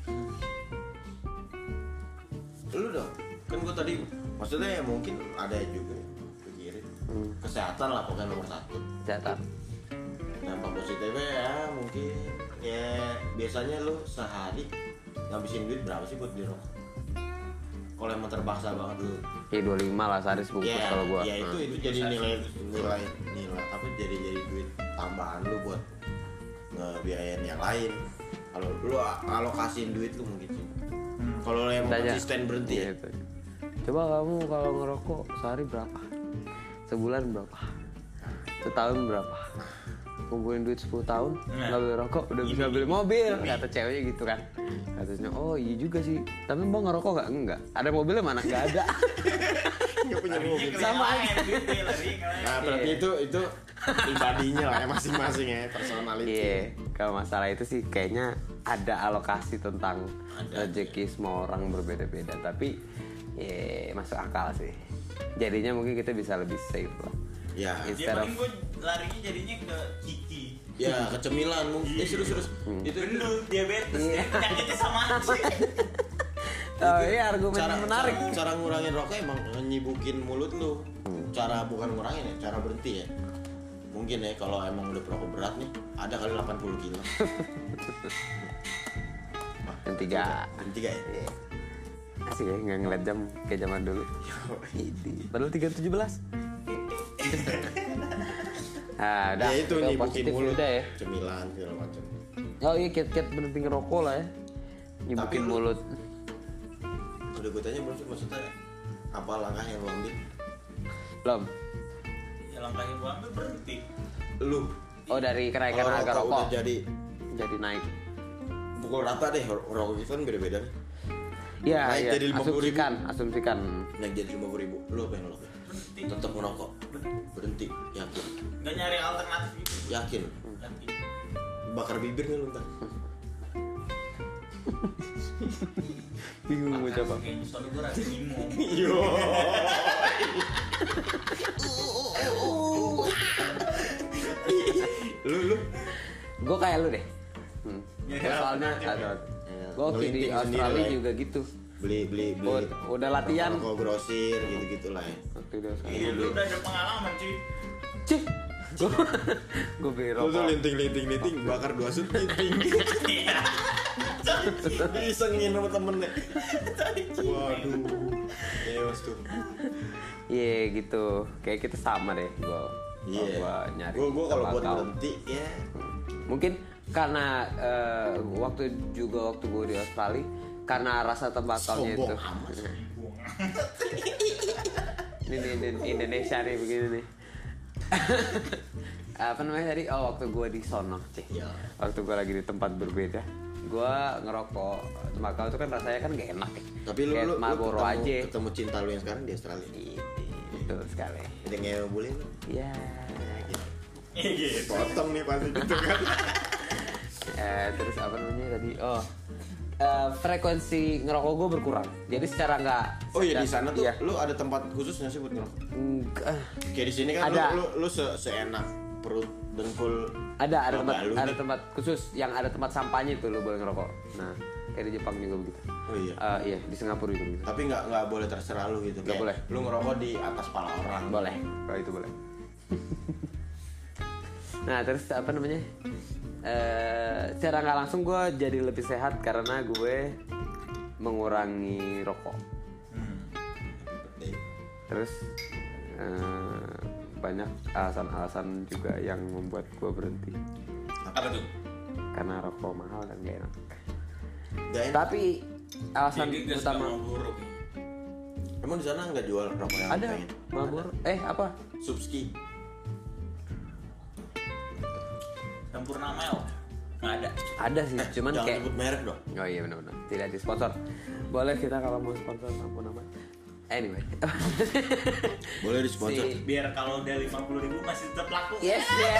Lu dong. Kan gua tadi maksudnya ya mungkin ada juga ya, pikirin.
Hmm.
Kesehatan lah pokoknya nomor satu.
Catat.
Dampak positifnya ya mungkin ya biasanya lu sehari ngabisin duit berapa sih buat beli rokok? Kalau emang terpaksa banget lu.
Ya dua puluh lima lah sehari sebungkus
Ya,
kalau gua.
ya itu
Hmm.
itu jadi nilai nilai nilai apa jadi jadi duit tambahan lu buat ngebiayain yang lain. Kalau lu alokasiin duit lu mungkin sih. Kalau lu emang
Tanya.
konsisten berhenti ya.
Gitu. Coba kamu kalau ngerokok sehari berapa? Sebulan berapa? Setahun berapa? Kumpulin duit sepuluh tahun
Nah.
nggak beli rokok udah bisa beli mobil, kata ceweknya gitu kan. Katanya oh iya juga sih, tapi mbak ngerokok nggak? Enggak, ada mobilnya mana? Nggak ada.
Nggak punya
larinya
mobil.
ke
Sama
yang lain, gitu ya, lari ke lain.
Nah, berarti
Iya.
itu itu pribadinya lah ya masing-masing ya personality.
Iya, kalau masalah itu sih kayaknya ada alokasi tentang
Ada.
rezeki semua orang berbeda-beda, tapi ya masuk akal sih. Jadinya mungkin kita bisa lebih safe lah.
Ya,
Dia
Instead of
paling gue larinya jadinya ke Kiki.
ya kecemilan mungkin. Eh serius serius.
Hmm.
Itu
Gendut, diabetes,
Iya.
ya, penyakitnya sama aja.
oh iya argumen
cara,
menarik.
Cara, cara ngurangin rokok emang nyibukin mulut lu.
Hmm.
Cara bukan ngurangin ya, cara berhenti ya. Mungkin ya kalau emang udah perokok berat nih, ada kali delapan puluh kilo.
Yang tiga.
Yang tiga ya.
Iya. Asik ya nggak ngeliat jam kayak zaman dulu. Idi. Padahal tiga tujuh belas. Ah, udah.
Ya itu
Kalau
nyibukin
positif
mulut,
udah ya.
cemilan segala macam.
Oh iya, kiat-kiat berhenti ngerokok lah ya. Nyibukin
lu-
mulut.
Udah gue tanya belum sih maksudnya apa langkah yang lo ambil?
Belum.
Ya langkah yang gue ambil berhenti.
Lu
Oh dari kenaikan
kalau
harga
rokok
rokok
udah jadi
jadi naik.
pukul rata deh, rokok itu kan beda-beda nih.
Iya,
Naik
iya.
jadi lima puluh ribu.
Asumsikan, asumsikan.
Naik jadi lima puluh ribu. Lu apa yang lo lakuin?
Berhenti.
Tetap merokok. Berhenti. Yakin.
Gak nyari alternatif gitu.
Yakin.
Yakin.
Bakar bibir nggak lu ntar?
Bingung mau coba.
Kayaknya soalnya gue rada bingung.
Yo. lu lu
Gue kayak lu deh. Hmm.
Ya,
Gua soalnya
alternatif ya.
ada.
Ya,
Gue waktu di
ngelinting sendiri
Australia
lah ya.
juga gitu.
beli beli beli.
Udah- udah latihan.
Rokok grosir gitu gitulah ya.
Waktu di Australia.
Iya, lu udah ada pengalaman cuy.
Cih. Gue gue beli
Lu tuh
rokok.
linting linting linting bakar dua sut linting.
Iya.
Disengin sama temennya. Waduh. Chaos tuh.
Iya gitu. Kayak kita sama deh. Gue
Iya.
gue nyari.
Gue gue kalau buat
tembakau.
berhenti ya.
Mungkin karena eh, waktu juga waktu gue di Australia karena rasa tembakaunya itu.
Sombong amat.
Ini di di- Indonesia nih begini nih. Apa namanya tadi? Oh waktu gue di sono, cih.
Ya.
Waktu gue lagi di tempat berbeda, gue ngerokok tembakau itu kan rasanya kan gak enak ya.
Tapi lu
Kayak
lu, lu
Marlboro
ketemu,
aja.
ketemu cinta lu yang sekarang di Australia.
Gitu, betul sekali.
Jadi ngewe boleh lu.
Ya.
Iya gitu.
Potong nih pasti gitu kan.
Eh, terus apa namanya tadi? Oh. eh, frekuensi ngerokok gue berkurang. Jadi secara nggak.
Oh iya di
secara-
sana tuh
iya.
lu ada tempat khusus nggak sih buat ngerokok?
Enggak.
Kayak di sini kan
Ada.
lu lu, lu se seenak perut dengkul.
Ada ada tempat
lu
ada
nih.
tempat khusus yang ada tempat sampahnya itu lo boleh ngerokok. Nah, kayak di Jepang juga begitu.
Oh iya.
Eh, iya di Singapura juga begitu.
Tapi nggak nggak boleh terserah lu gitu.
Nggak
Kayak
boleh.
Lu ngerokok di atas pala orang.
Boleh, kalau itu boleh. Nah terus apa namanya? Eh, secara nggak langsung gue jadi lebih sehat karena gue mengurangi rokok.
Hmm.
Terus eh, banyak alasan-alasan juga yang membuat gue berhenti.
Apa tuh?
Karena rokok mahal kan gak enak.
Gak enak.
Tapi alasan
Jadi gas
utama
sama buruk.
Emang di sana nggak jual rokok yang
ada
pengen?
Marlboro. Eh apa?
Subski.
Sempurna Mel. Nggak ada.
Ada sih, cuman
Jangan
kayak
sebut merek dong.
oh iya benar-benar tidak disponsor. Boleh kita kalau mau sponsor apa nama? Anyway.
Boleh disponsor.
Si-
Biar kalau udah lima puluh ribu masih tetap laku.
Yes ya.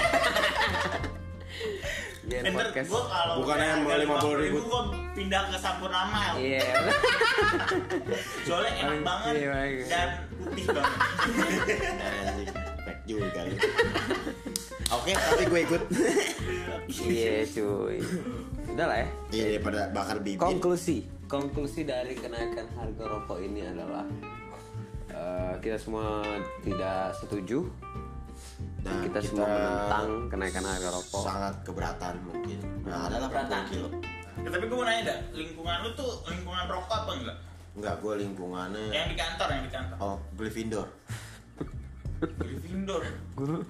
Biar
Enter
podcast.
gue kalau
Bukannya
udah
yang
harga
lima puluh ribu,
gue pindah ke Sampurna Mel.
Iya.
Soalnya enak
Iya,
banget
iya.
dan putih banget.
Anjing, fake juga kali. Oke, tapi gue ikut.
Iya cuy. Udah lah ya.
Iya, daripada bakar bibir.
Konklusi, konklusi dari kenaikan harga rokok ini adalah eh, kita semua tidak setuju.
Nah,
kita, semua menentang kenaikan harga rokok.
Sangat keberatan mungkin. Nah, adalah
Keberatan.
delapan puluh kilo.
Ya, tapi gue mau nanya dah, lingkungan lu tuh lingkungan rokok apa enggak?
Enggak, gue lingkungannya.
Yang di kantor, yang di kantor.
Oh, Gryffindor.
Gryffindor.
Guru.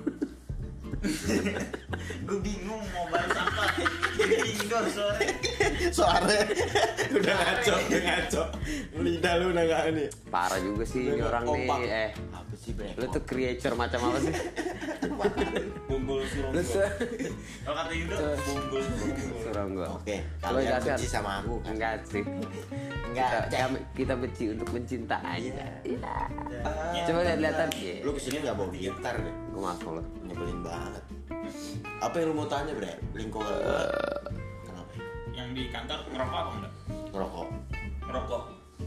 Gue bingung mau balas apa. Gryffindor sore.
Soalnya udah ngaco, udah ngaco. Lidah lu udah nggak ini.
Parah juga sih ini
Udah
orang
kompak.
nih. Eh,
Apa sih bre?
lu tuh creature macam apa sih?
Bonggol suronggo.
Lu tuh
Kalau kata Yudo, bonggol suronggo.
surang gua.
Oke,
Lu
kalian
dasar.
benci sama aku kan?
Enggak sih.
Enggak.
Kita, kami- kita benci untuk mencintai.
Iya.
Ya,
Coba lihat-lihatan. Iya.
Lu kesini nggak bawa gitar deh.
Gua masuk lu.
Nyebelin banget. Apa yang lu mau tanya bre? Lingkungan gua. Kenapa?
Yang di kantor ngerokok apa enggak?
Ngerokok.
Ngerokok.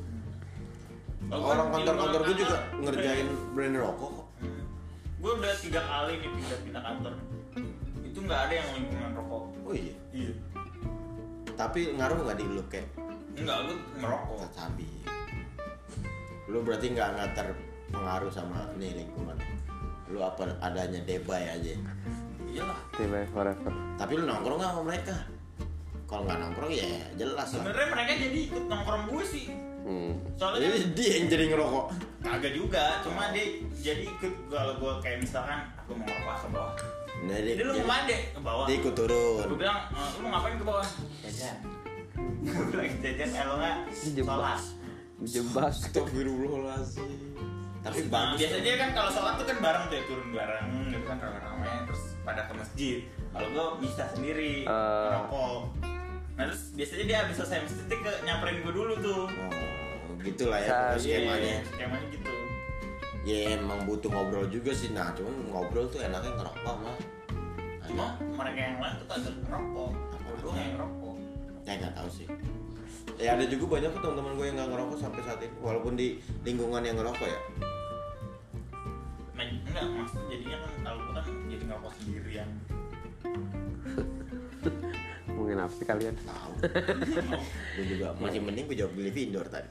Kalau
Orang
kan di
kantor-kantor
luar
gue juga
kantor,
ngerjain
kayak-
brand rokok kok.
Gue udah tiga kali nih pindah-pindah kantor. Itu nggak ada yang lingkungan rokok.
Oh iya.
Iya.
Tapi ngaruh nggak di lu kayak
Enggak, gue ngerokok.
cabi? Lu berarti nggak nggak terpengaruh sama nih lingkungan. Lu apa adanya debay aja.
Iyalah.
Tiba forever.
Tapi lu nongkrong nggak sama mereka? Kalau nggak nongkrong ya jelas lah.
Sebenarnya mereka jadi ikut nongkrong gue sih.
Hmm.
Soalnya kan
Jadi dia yang jadi ngerokok.
kagak juga, cuma dia jadi ikut kalau gue kayak misalkan aku mau ngerokok ke bawah.
Nah, dia,
Jadi lu
dia-
mau mandi ke bawah.
dia ikut turun.
Gue bilang, "Eh, lu mau ngapain ke bawah? Jajan. Gue bilang jajan, kalau nggak
Dijebak.
sholat.
Dijebak.
Astagfirullahaladzim. Tapi
Nah,
bagus.
biasanya kan kalau sholat tuh kan bareng tuh ya, turun bareng gitu kan rame-rame terus pada ke masjid. Kalau gue bisa sendiri
Eh.
ngerokok. Nah terus biasanya dia habis selesai masjid dia ke nyamperin gue dulu tuh.
Oh, gitulah ya
Sa-
pokoknya
Iya,
skemanya.
skemanya gitu.
Ya emang butuh ngobrol juga sih. Nah, cuman ngobrol tuh enaknya ngerokok mah.
Cuma mereka yang lain tuh kagak ngerokok. Gue doang yang ngerokok.
Ya nggak tahu sih. Ya ada juga banyak tuh teman-teman gue yang nggak ngerokok sampai saat ini, walaupun di lingkungan yang ngerokok ya.
Nah, enggak maksud jadinya kan kalau gue kan jadi ngerokok sendirian.
Mungkin apa sih kalian?
Tahu. Gue juga masih mending gue jawab Gryffindor tadi.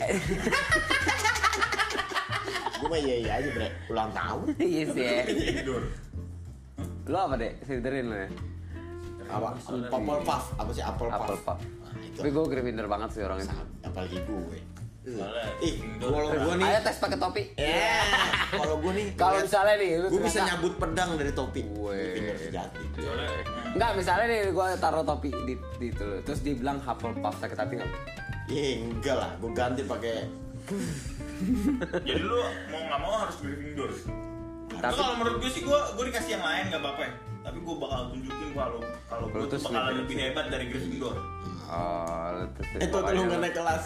Gue mah iya iya aja bre. Ulang tahun.
Iya sih ya.
Tidur.
Lu apa deh? Slytherin lu ya?
Apa? Apple puff. Apa sih apple puff?
Apple puff.
Nah, itu.
Tapi gue Gryffindor banget sih orangnya.
Apalagi gue.
Soalnya
Ih,
Gryffindor.
kalau gue nih,
Ayo tes pakai topi.
ya, kalau gue nih,
Kalau misalnya nih, lu
gue bisa
ternyata-
nyabut pedang dari topi.
Weh.
Gryffindor sejati.
Soalnya
Enggak, misalnya nih gue taruh topi di, di itu, terus dibilang Hufflepuff sakit hati nggak?
Iya enggak lah, gue ganti pakai.
jadi lu mau nggak mau harus Gryffindor. Tapi
Tapi-
kalau menurut gue sih gue gue dikasih yang lain nggak apa-apa ya. Tapi gue bakal tunjukin kalau kalau
Lu
gue
tuh
tuh bakal
Slytherin.
lebih hebat dari Gryffindor.
Oh, terus
Eh tuh lu nggak naik kelas.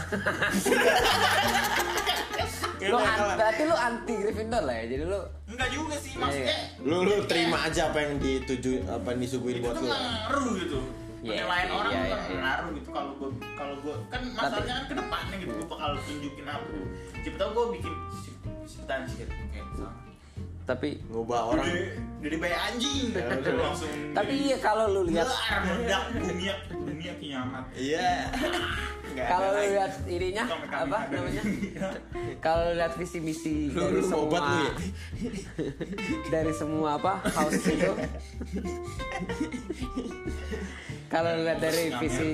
Lu an- berarti lu anti Gryffindor lah ya, jadi lu
Enggak juga sih
Iya,
maksudnya.
Lu lu terima aja apa yang dituju apa yang disuguhin
Itu
buat
tuh
lu.
nggak ngaruh gitu.
Iya,
Penilaian orang
iya,
tuh
iya,
nggak
iya.
ngaruh gitu kalau gue kalau gue kan masalahnya kan ke depannya gitu gue bakal tunjukin apa. Siapa tahu gue bikin ciptaan sih kayak sama.
tapi
Ngubah orang.
Jadi jadi bayi anjing. Terus langsung.
tapi iya kalau lu lihat
Gelar meledak dunia dunia kiamat.
Iya.
Nggak
kalau
ada
lu
lagi.
lihat ininya
Sampai kami
apa
ada.
namanya? Kalau lu lihat visi misi
Lu
dari
lu mau obat
semua
lu ya?
dari semua apa house itu. Kalau lu lihat dari visi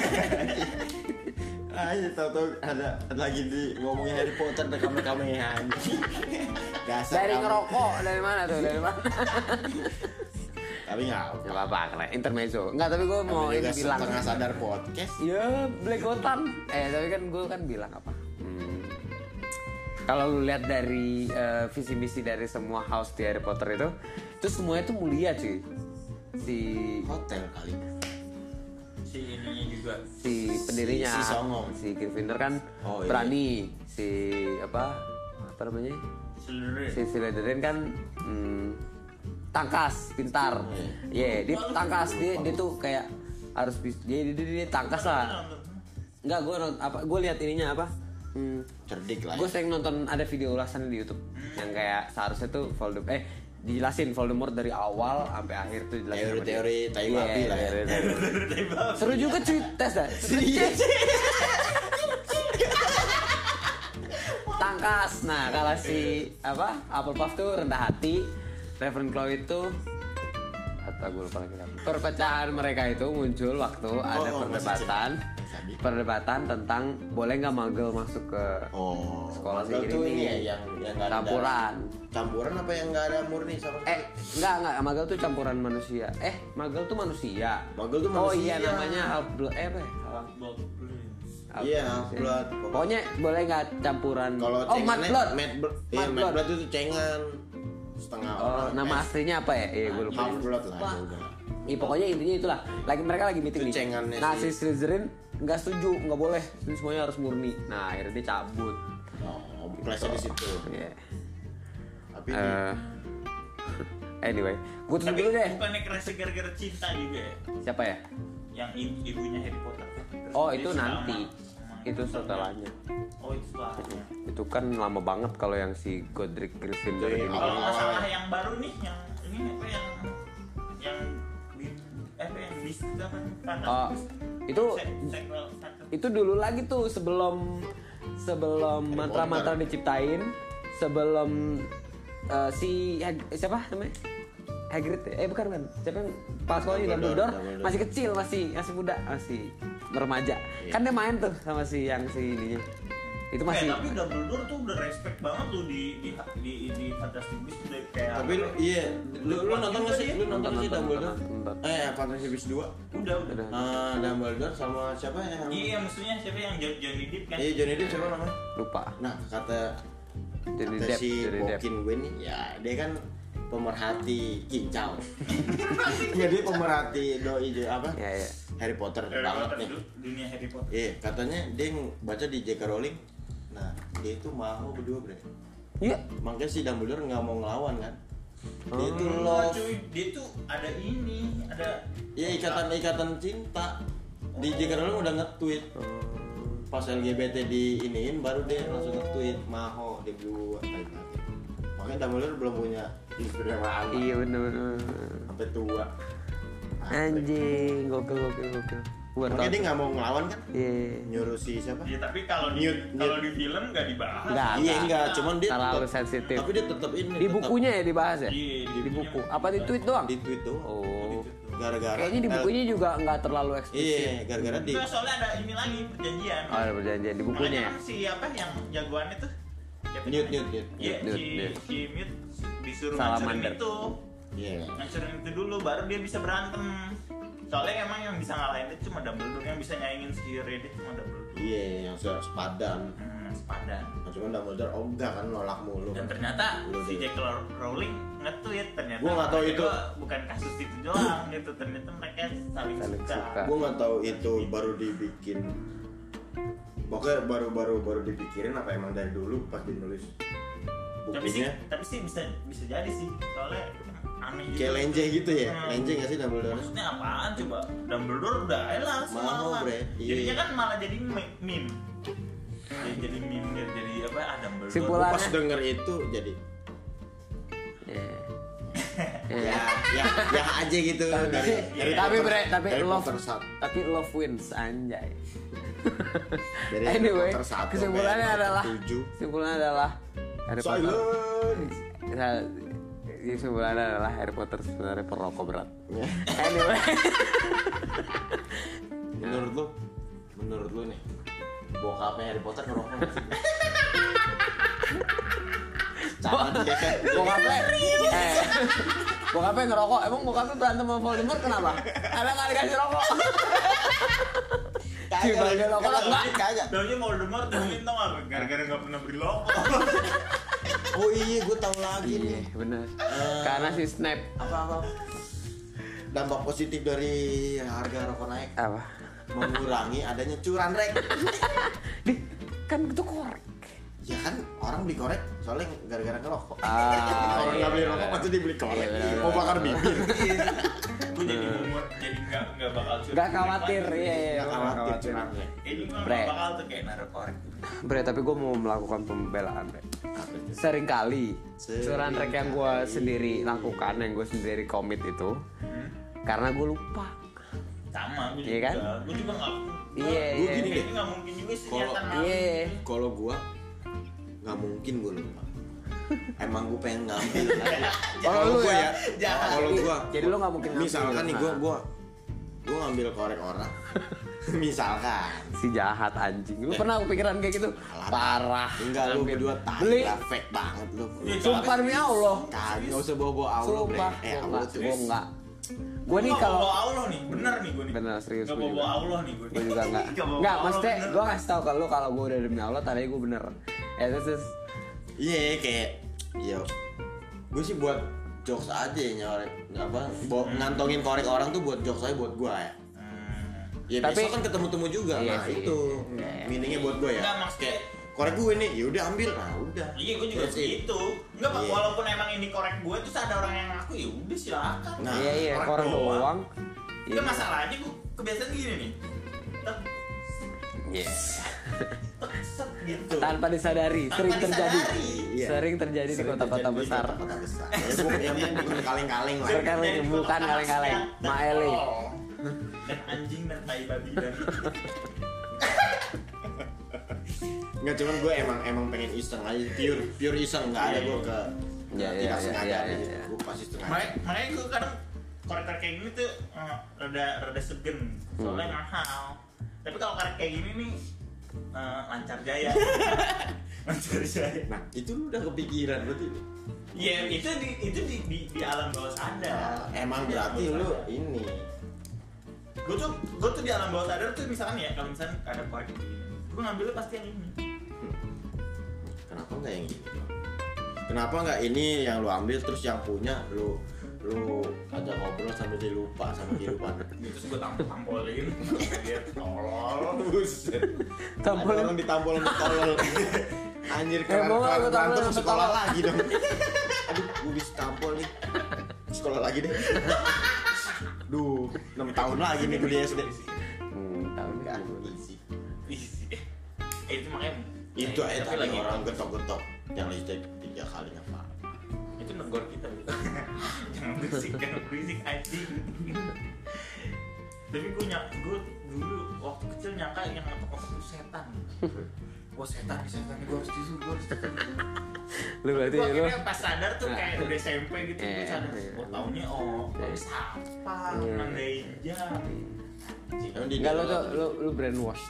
Aja tahu-tahu ada lagi di ngomongin Harry Potter ada kamera-kameraan. Dasar
dari
kamu.
ngerokok dari mana tuh dari mana?
Tapi nggak apa.
Nggak apa-apa, keren. Intermezzo. Enggak, tapi gue mau
Kamu
ini
juga
bilang.
setengah sadar podcast.
Ya, Blackoutan. Eh, tapi kan gue kan bilang apa? Hmm. Kalau lu lihat dari eh, visi misi dari semua house di Harry Potter itu, itu semuanya tuh mulia cuy. Si
Hotel kali.
Si ininya juga.
si pendirinya,
Si- si Songong.
si Gryffindor kan
Oh, iya.
berani. Si apa? Apa namanya?
Seluruh.
Si Slytherin kan hmm, tangkas, pintar. Iya, dia tangkas, dia dia tuh kayak harus bis- dia dia, dia, dia tangkas lah. Enggak, gue apa gue lihat ininya apa? Hmm,
Cerdik lah.
gue
Ya.
sering nonton ada video ulasan di YouTube yang kayak seharusnya tuh Voldemort eh dijelasin Voldemort dari awal sampai akhir tuh dijelasin sama dia.
Teori-teori tai
Iya,
babi lah ya.
teori-teori. Seru juga cuy tes dah. Tangkas. Nah, kalau si apa? Hufflepuff tuh rendah hati. Ravenclaw itu atau gue lupa lagi. Perpecahan mereka itu muncul waktu ada
oh,
perdebatan
masih
perdebatan tentang boleh nggak Muggle masuk ke
Oh,
sekolah
Muggle
sihir
tuh
ini.
ya yang yang nggak ada
Campuran.
Campuran apa yang nggak ada murni sama
Eh, enggak enggak Muggle tuh campuran manusia. Eh, Muggle tuh manusia.
Muggle tuh
Oh
manusia.
iya namanya half blood eh apa? ya? Half-
Iya, Half-Blood.
Pokoknya boleh nggak campuran.
Kalau
oh, Mad Blood.
Mad Blood. Iya,
Mad
Mad
Blood.
Blood itu cengan setengah
Oh,
orang.
nama
Eh,
aslinya apa ya? Iya, gue lupa.
Half Blood lah. ya udah.
Iya, pokoknya intinya itulah. Lagi mereka lagi meeting
Itu
nih.
cengannya
Nah, si
sih.
Slytherin nggak setuju, nggak boleh. Ini semuanya harus murni. Nah, akhirnya dia cabut.
Oh, kelasnya di situ.
Iya.
Tapi di-
Eh, anyway, gue tutup
Tapi
dulu deh.
bukannya kerasa gara-gara cinta juga ya?
Siapa ya?
Yang ibu, ibunya Harry Potter. Terus
Oh,
dia
itu
suka
nanti.
sama- sama
Itu
susternya.
setelahnya.
Oh, itu setelahnya.
Itu kan lama banget kalau yang si Godric Gryffindor
Iya,
ini.
Kalau nggak
Oh,
salah
iya.
yang baru nih, yang ini apa yang yang di eh, apa yang bis itu apa? Fantastic
Oh,
Beasts.
itu
Se- sequel satu.
itu dulu lagi tuh sebelum sebelum
Harry
mantra-mantra
Potter.
diciptain, sebelum eh, si Hag- siapa namanya? Hagrid ya? Eh bukan kan? Siapa yang pas sekolahnya
Dumbledore,
Dumbledore
Dumbledore.
masih kecil, masih masih muda, masih remaja.
Iya.
Kan dia main tuh sama si yang si ininya. Itu masih
Eh, tapi Dumbledore tuh udah respect banget tuh di di di, di Fantastic Beasts udah kayak
tapi lu iya, lu, lu nonton nggak sih? Lu nonton
Nonton,
nggak sih
nonton,
Dumbledore?
nonton.
Eh, Fantasy Beasts dua.
udah udah.
Udah.
Ah, Dumbledore sama siapa yang?
Iya, maksudnya siapa yang Jo- Johnny Depp kan?
Iya, Johnny Depp siapa namanya?
lupa.
Nah, kata
Johnny
kata
Depp,
si
Johnny Depp.
Bokin gue nih, ya dia kan pemerhati kicau. Iya, dia pemerhati doi juga apa?
Ya ya.
Harry Potter
Harry
banget
Potter
nih.
du- dunia Harry Potter.
Iya, katanya dia yang baca di J K Rowling. Nah, dia itu mau berdua, Bre.
Iya.
Makanya si Dumbledore nggak mau ngelawan kan. Dia itu
Enggak,
love.
cuy, dia tuh ada ini, ada
Ya ikatan-ikatan cinta. Di J K Rowling udah nge-tweet. Pas L G B T di iniin baru dia langsung nge-tweet maho dia berdua. Makanya Dumbledore belum punya istri yang lama
Iya bener bener.
sampai tua.
Anjing, gokil gokil gokil. Gua baru
Makanya
tahu
dia
tuh.
nggak mau ngelawan kan?
Iya.
Nyuruh si siapa?
ya tapi kalau di
Newt,
kalau
Newt.
di film nggak dibahas.
Nggak.
Iya enggak, cuman dia
Terlalu
tetap-
sensitif.
Tapi dia tetap ini.
Di
tetap
bukunya ya dibahas ya?
Iya,
Di
bukunya.
buku. Apa di tweet doang?
di tweet tuh.
Oh.
Gara-gara.
Kayaknya di bukunya juga nggak terlalu eksplisit.
Iya, gara-gara di
Enggak, soalnya ada ini lagi perjanjian.
Oh, ada perjanjian di bukunya ya?
Makanya kan si apa yang jagoannya tuh? Siapa
Newt,
namanya?
Newt, Newt.
Iya,
Newt,
si
Newt.
si Newt disuruh
Salamander.
ngancurin itu.
Iya.
Ngancurin itu dulu baru dia bisa berantem. Soalnya emang yang bisa ngalahin itu cuma Dumbledore, yang bisa nyaingin si Reddit cuma Dumbledore.
Iya, yang se- sepadan.
Hmm, sepadan.
Nah, cuman Dumbledore ogah kan nolak mulu.
Dan
kan.
ternyata
Lu
si
deh.
J K Rowling nge-tweet ternyata
Gua nggak tahu
mereka
itu.
bukan kasus itu doang gitu, ternyata mereka saling,
Saling
suka.
suka.
Gue nggak tahu itu baru dibikin. Pokoknya baru-baru baru dipikirin apa emang dari dulu pas dinulis
Tapi sih,
bukunya.
tapi sih bisa bisa jadi sih, soalnya aneh gitu.
Kayak lenje gitu ya,
Hmm.
lenje nggak sih Dumbledore?
Maksudnya apaan coba? Dumbledore udah elah
Mau,
semalam.
bre. Iya.
Jadinya kan malah jadi me- meme. Jadi, jadi meme jadi, jadi apa? Ah, Dumbledore.
Gua
Simpulan.
pas denger itu jadi
Iya.
ya ya ya aja gitu dari dari
tapi
Potter-
bre, tapi
dari
love
Potter satu.
tapi love wins anjay.
Dari
Anyway,
Harry Potter satu
kesimpulannya
sampai
adalah
tujuh.
kesimpulannya adalah Harry Potter.
Silent.
Nah, kesimpulannya adalah Harry Potter sebenarnya perokok berat.
Ya.
Anyway.
Menurut lu, menurut lu nih, bokapnya Harry Potter ngerokok nggak sih? Sama dia kan.
Bokapnya, eh, bokapnya ngerokok. Emang bokapnya berantem sama Voldemort kenapa? Karena nggak dikasih rokok. Dibagi rokok enggak?
Kagak.
Daunnya mau demar, daunnya tau nggak? Gara-gara nggak pernah beli rokok.
Oh iya, gue tahu lagi
Iya,
nih.
benar. Karena si Snape
Apa-apa? Dampak positif dari harga rokok naik
apa?
mengurangi adanya curan rek.
Di, kan itu korek.
Ya kan orang beli korek soalnya gara-gara ngerokok.
Ah,
Orang nggak beli rokok pasti dibeli korek. Mau bakar bibir.
Gue jadi ngomong, jadi nggak nggak bakal curang.
Gak khawatir, iya iya.
Nggak khawatir curangnya.
Ini gue
Bre.
nggak bakal tuh kayak naruh korek.
Bre, tapi gue mau melakukan pembelaan, Bre.
Apa itu?
Sering kali
Sering
curan rek yang gue
kali.
sendiri lakukan, yang gue sendiri komit itu, karena gue lupa.
Sama, gue
Iya
juga.
kan?
Gue juga nggak.
Iya,
Gue
iya.
gini deh, nggak mungkin juga sih
Kalau-
niatan
Iya.
Kalau gua nggak mungkin gua lupa. Emang gua pengen ngambil.
Kalau lu
gua
ya?
Jangan.
Kalau gua,
Jadi lu nggak mungkin ngambil.
misalkan nih gua
Nah.
gua gua ngambil korek orang. Misalkan.
Si jahat anjing. Lu pernah kepikiran kayak gitu? Parah.
Enggak, lu
Hampir.
berdua tai
Beli.
lah, fake banget lu.
Sumpah demi Allah.
Kagak nggak usah bawa-bawa Allah, bre.
Sumpah.
Eh,
Gua
Allah
enggak.
tuh.
Gua enggak. Gue nih
Nggak
kalau
bawa Allah nih, bener nih gue nih.
bener serius
Nggak
gue
bawa
juga.
Allah nih gue.
Gue juga enggak.
Nggak bawa
Enggak,
Allah,
maksudnya
bener.
gue kasih tau ke lu kalau gue udah demi Allah, tadinya gue bener. Ya terus, terus
Iya, kayak yo. Gue sih buat jokes aja ya, nyorek apa bawa, ngantongin korek orang tuh buat jokes aja buat gua ya.
Hmm.
Ya
Tapi-
besok kan ketemu-temu juga.
Iya
Nah,
sih.
itu
Iya.
meaningnya buat gua ya.
Nggak, maksudnya
Korek gue nih, ya udah ambil. Nah, udah.
Iya, gue juga
That's it.
gitu. Enggak, Pak,
Iya.
walaupun emang ini korek gue terus ada orang yang ngaku, ya udah silakan.
Nah,
iya iya korek doang.
Enggak, masalahnya gue kebiasaan gini nih. Tek,
Yes.
tek, set gitu.
Tanpa disadari,
Tanpa
sering terjadi.
disadari.
Iya.
Sering terjadi di
Sering
kota-kota
terjadi di
besar.
Kota-kota besar. Ya, gua yang bukan kaleng-kaleng lah.
Sering- Kaleng,
Dari
bukan
anak
kaleng-kaleng.
siang dan
Maele.
tolol. Dan anjing dan tai babi dan
Enggak, cuman gue emang emang pengen iseng aja, pure pure iseng, enggak ada gue ke
Iya,
nggak,
iya,
tidak
iya,
sengaja
iya,
aja.
iya.
Gue pasti sengaja.
makanya makanya gue kadang korek-korek kayak gini tuh eh, rada rada segen soalnya
Hmm.
mahal. Tapi kalau korek kayak gini nih eh, lancar jaya. Lancar jaya.
Nah, itu lu udah kepikiran berarti.
Iya, itu di itu di di, di alam bawah sadar.
Emang
Di
berarti
alam
lu
bawah sadar.
ini.
Gue tuh gue tuh di alam bawah sadar tuh misalkan ya, kalau misalkan ada korek kayak gini, gue ngambilnya pasti yang ini.
Kenapa enggak yang ini? Kenapa enggak ini yang lu ambil terus yang punya lu lu ajak ngobrol sambil dia lupa sama kehidupan.
Terus gue tampol tampolin, dia tolol.
Buset.
Tampol.
Ada orang ditampol sama tolol. Anjir,
Eh,
kelar
mau nggak
kelar
lu tampol
berantem
sama
sekolah
tolol?
lagi dong. Aduh, gue bisa tampol nih. Sekolah lagi deh. Duh, enam tahun lagi nih gue di S D.
Hmm, tahu nih.
Enggak, easy.
Isi. Eh, itu makanya
Itu
eh,
aja
tapi
tadi
lagi
orang getok-getok yang listrik tiga kali apa?
itu negor kita gitu. Jangan berisik, jangan berisik anjing. Tapi gue nyak, gue dulu waktu kecil nyangka yang ngetok-ngetok itu setan. Wah, setan, setan gue harus tidur, gue harus tidur.
Lu berarti
Gue
lu
akhirnya pas sadar tuh kayak udah S M P gitu, gue
Eh,
sadar.
eh.
Oh, taunya oh, baru sapa,
Eh.
nandain jam.
Emang di
enggak lu
dalam
tuh lu lu brainwash.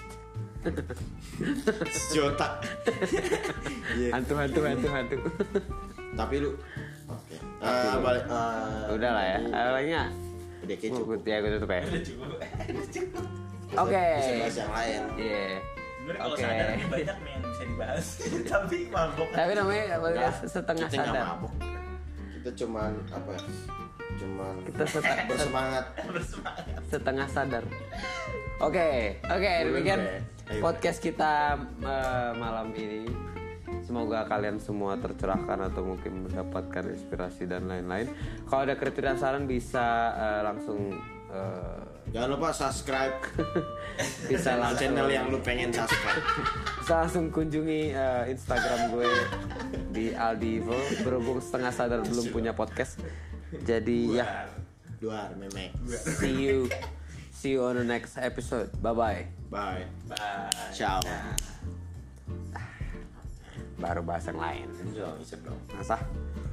Jotak. Iya.
Hantu hantu hantu hantu.
Tapi lu oke. Eh, balik eh,
Udah lah ya.
ini
Ada lagi nggak?
Udah kayak
Gua
cukup.
ya gue tutup ya.
Udah cukup, udah cukup.
Oke.
Bisa bahas yang lain.
Iya.
Sebenarnya kalau
Oke.
sadar nih banyak nih yang bisa dibahas. Tapi mabok.
Tapi namanya podcast
Nggak,
setengah
kita nggak
sadar.
mabuk. Kita cuman apa ya? Cuman
Kita set-
bersemangat.
bersemangat.
setengah sadar. Oke, oke demikian
Boleh, Bre. Ayo,
podcast kita eh, malam ini. Semoga kalian semua tercerahkan atau mungkin mendapatkan inspirasi dan lain-lain. Kalau ada kritik dan saran bisa eh, langsung eh,
Jangan lupa subscribe
bisa
channel
langsung
channel yang lu pengen subscribe.
bisa langsung kunjungi eh, Instagram gue di Aldivo. Berhubung setengah sadar belum punya podcast, jadi ya
Duar, memek.
see you See you on the next episode. Bye bye.
Bye.
Bye.
Ciao.
Baru bahas yang lain.
Ini dong, isep dong.
Masa?